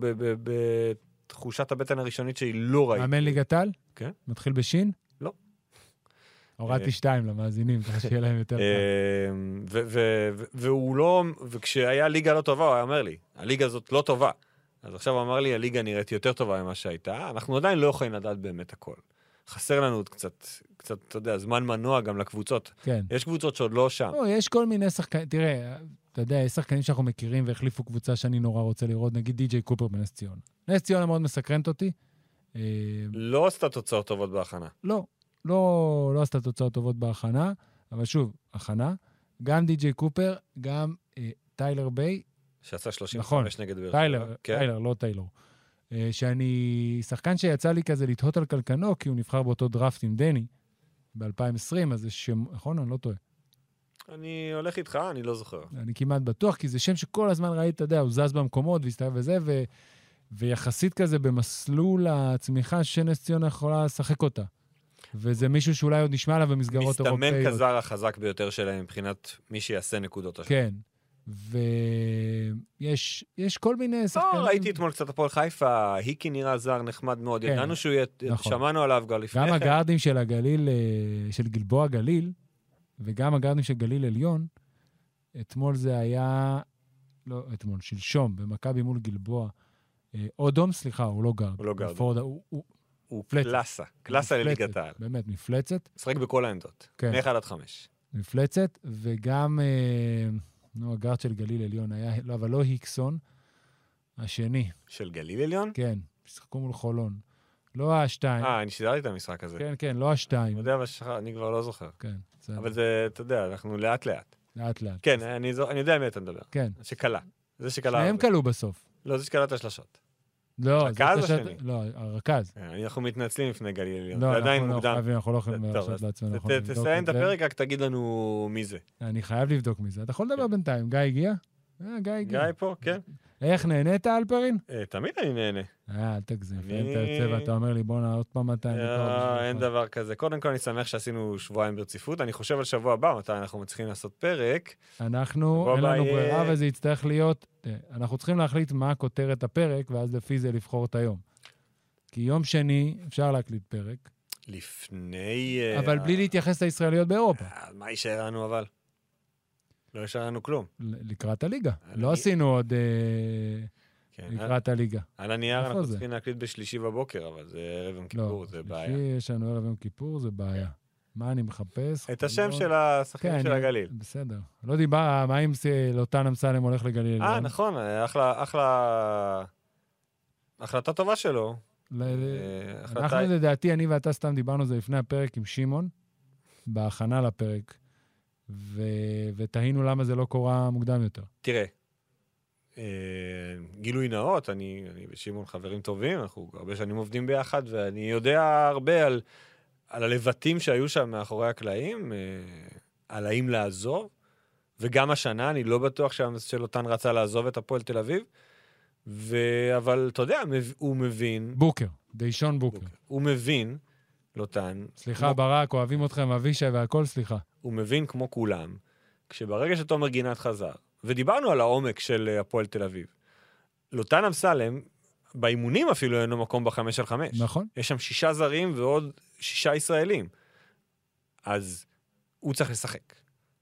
בתחושת הבטן הראשונית שהיא לא ראיתי. מאמן ליגת העל? כן. מתחיל בשין? לא. הורדתי שתיים למאזינים, ככה שיהיה להם יותר פעם. והוא לא, וכשהיה ליגה לא טובה, הוא היה אומר לי, הליגה הזאת לא טובה. אז עכשיו הוא אמר לי, הליגה נראית יותר טובה ממה שהייתה, אנחנו עדיין לא יכולים לדעת באמת הכל. חסר לנו עוד קצת, קצת, אתה יודע, זמן מנוע גם לקבוצות. כן. יש קבוצות שעוד לא שם. לא, יש כל מיני שחקנים, תראה, אתה יודע, יש שחקנים שאנחנו מכירים והחליפו קבוצה שאני נורא רוצה לראות, נגיד די-ג'יי קופר בנס ציונה. נס ציונה מאוד מסקרנת אותי. לא עשתה תוצאות טובות בהכנה. לא, לא, לא עשתה תוצאות טובות בהכנה, אבל שוב, הכנה, גם די-ג'יי קופר, גם אה, טיילר ביי, שעשה שלושים וחמש נכון, נגד באר שבע. טיילר, כן. טיילר, לא טיילור. שאני, שחקן שיצא לי כזה לתהות על קלקנו, כי הוא נבחר באותו דראפט עם דני, ב-אלפיים ועשרים, אז זה שם, נכון? אני לא טועה. אני הולך איתך, אני לא זוכר. אני כמעט בטוח, כי זה שם שכל הזמן ראית, אתה יודע, הוא זז במקומות והסתובב וזה, ו... ויחסית כזה במסלול הצמיחה שנס ציונה יכולה לשחק אותה. וזה מישהו שאולי עוד נשמע לה במסגרות אירופאיות. מסתמן כזר החזק ביותר שלהם מבחינת מי שיעשה נקודות השם. כן. ויש יש כל מיני שחקנים... לא, ראיתי אתמול קצת הפועל חיפה, היקי נראה זר נחמד מאוד, כן, ידענו שהוא ית... נכון. שמענו עליו גם לפני. גם הגארדים של הגליל, של גלבוע גליל, וגם הגארדים של גליל עליון, אתמול זה היה, לא, אתמול, שלשום, במכבי מול גלבוע, אודום, סליחה, הוא לא גארד. הוא לא גארד. הוא, הוא, הוא, הוא קלאסה, קלאסה לליגת העל. באמת, מפלצת. משחק בכל העמדות, כן. מאחד עד חמש. מפלצת, וגם... נו, הגארד של גליל עליון היה, לא, אבל לא היקסון, השני. של גליל עליון? כן, משחקו מול חולון. לא השתיים. אה, אני שידרתי את המשחק הזה. כן, כן, לא השתיים. אני יודע, אני כבר לא זוכר. כן. אבל זה, אתה יודע, אנחנו לאט לאט. לאט לאט. כן, אני, אני יודע מי אתה מדבר. כן. שקלה. זה שקלה. שניהם קלו בסוף. לא, זה שקלה את השלשות. לא, רכז או שני? לא, הרכז. אנחנו מתנצלים לפני גליל עליון. לא, זה עדיין אנחנו מוקדם. לא אנחנו לא יכולים להרשות לעצמנו. תסיים את הפרק, רק תגיד לנו מי זה. אני חייב לבדוק מי זה. אתה יכול לדבר בינתיים. גיא הגיע? גיא הגיע. גיא פה, כן. איך נהנית, אלפרין? תמיד אני נהנה. אה, אל תגזים. לפעמים אתה יוצא ואתה אומר לי, בוא נע עוד פעם מאתיים דקות. אין דבר כזה. קודם כל אני שמח שעשינו שבועיים ברציפות. אני חושב על שבוע הבא, מתי אנחנו מצליחים לעשות פרק. אנחנו, אין לנו ברירה, וזה יצטרך להיות, אנחנו צריכים להחליט מה כותרת הפרק, ואז לפי זה לבחור את היום. כי יום שני אפשר להקליט פרק. לפני... אבל בלי להתייחס לישראליות באירופה. מה יישאר לנו אבל? לא יישאר לנו כלום. לקראת הליגה. לא עשינו עוד לקראת הליגה. על הנייר אנחנו צריכים להקליט בשלישי בבוקר, אבל זה ערב יום כיפור, זה בעיה. לא, בשלישי יש לנו ערב יום כיפור, זה בעיה. מה אני מחפש? את השם של השחקנים של הגליל. בסדר. לא דיבר, מה אם לוטן אמסלם הולך לגליל? אה, נכון, אחלה... החלטה טובה שלו. אנחנו לדעתי, אני ואתה סתם דיברנו זה לפני הפרק עם שמעון, בהכנה לפרק, ותהינו למה זה לא קורה מוקדם יותר. תראה, גילוי נאות, אני ושמעון חברים טובים, אנחנו הרבה שנים עובדים ביחד, ואני יודע הרבה על הלבטים שהיו שם מאחורי הקלעים, על האם לעזוב, וגם השנה, אני לא בטוח שלוטן רצה לעזוב את הפועל תל אביב, אבל אתה יודע, הוא מבין... בוקר, דיישון בוקר. הוא מבין, לוטן... סליחה, ברק, אוהבים אתכם, אבישי והכל, סליחה. הוא מבין כמו כולם, כשברגע שתומר גינת חזר, ודיברנו על העומק של הפועל תל אביב, לוטן אמסלם, באימונים אפילו אין לו מקום בחמש על חמש. נכון. יש שם שישה זרים ועוד שישה ישראלים. אז הוא צריך לשחק.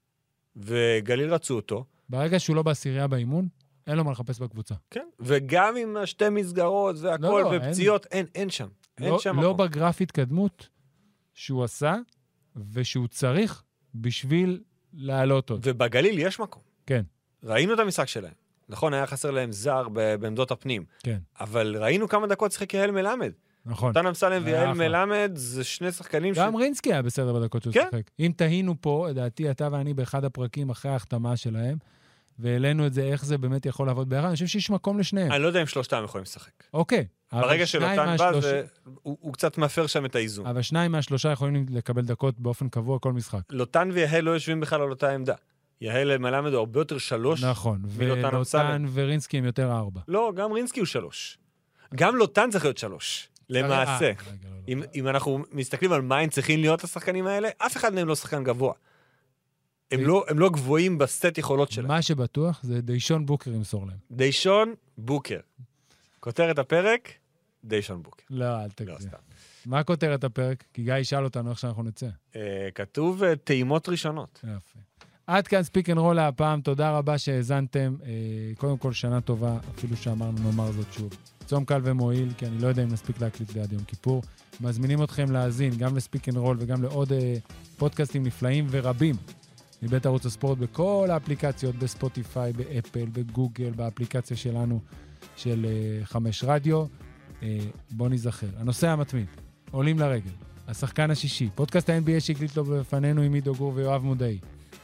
וגליל רצו אותו. ברגע שהוא לא בעשירייה באימון, אין לו מה לחפש בקבוצה. כן, וגם עם השתי מסגרות והכל, לא, לא, ופציעות, אין, אין, אין שם. אין לא, שם לא מקום. בגרף התקדמות שהוא עשה, ושהוא צריך בשביל לעלות עוד. ובגליל יש מקום. כן. ראינו את המשחק שלהם. נכון, היה חסר להם זר בעמדות הפנים. כן. אבל ראינו כמה דקות שחק יעל מלמד. נכון. לוטן אמסלם ויעל מלמד זה שני שחקנים ש... גם רינסקי היה בסדר בדקות שהוא שחק. אם תהינו פה, לדעתי אתה ואני באחד הפרקים אחרי ההחתמה שלהם, והעלינו את זה, איך זה באמת יכול לעבוד ביחד, אני חושב שיש מקום לשניהם. אני לא יודע אם שלושתם יכולים לשחק. אוקיי. ברגע שלוטן בא, זה... הוא, הוא קצת מאפר שם את האיזון. אבל שניים מהשלושה יכולים לקבל דקות באופן קבוע כל משחק. לוטן ויהל לא יושבים בכלל על אותה עמדה. יהל מלמד הוא הרבה יותר שלוש. נכון, ולוטן ורינסקי הם יותר ארבע. לא, גם רינסקי הוא שלוש. גם לוטן צריך להיות שלוש. למעשה. אם, אם אנחנו מסתכלים על מה הם צריכים להיות השחקנים האלה, אף אחד מהם לא שחקן גבוה. הם לא, הם לא גבוהים בסט יכולות שלהם. מה שבטוח זה דיישון בוקר ימסור להם. דיישון בוקר. כותרת הפרק, דיישון בוקר. לא, אל תגזים. מה כותרת הפרק? כי גיא ישאל אותנו איך שאנחנו נצא. כתוב טעימות ראשונות. יפה. עד כאן ספיק אנד רול להפעם, תודה רבה שהאזנתם. קודם כל שנה טובה, אפילו שאמרנו נאמר זאת שוב. צום קל ומועיל, כי אני לא יודע אם נספיק להקליט ליד יום כיפור. מזמינים אתכם להאזין גם לספיק אנד רול וגם לעוד פודקאסטים נפלאים ורבים מבית ערוץ הספורט בכל האפליקציות, בספוטיפיי, באפל, בגוגל, באפליקציה שלנו של חמש רדיו. בוא נזכר. הנושא המתמיד, עולים לרגל, השחקן השישי, פודקאסט ה-אן בי איי שהקליט לו בפנינו עם עידו גור ויואב מודעי.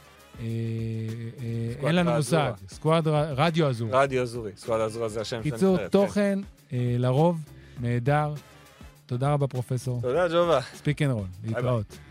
אין לנו מושג, סקואד רדיו אזורי. רדיו אזורי, סקואד אזורי זה השם. קיצור, תוכן לרוב, נהדר. תודה רבה פרופסור. תודה ג'ובה. ספיק אנד רול, להתראות.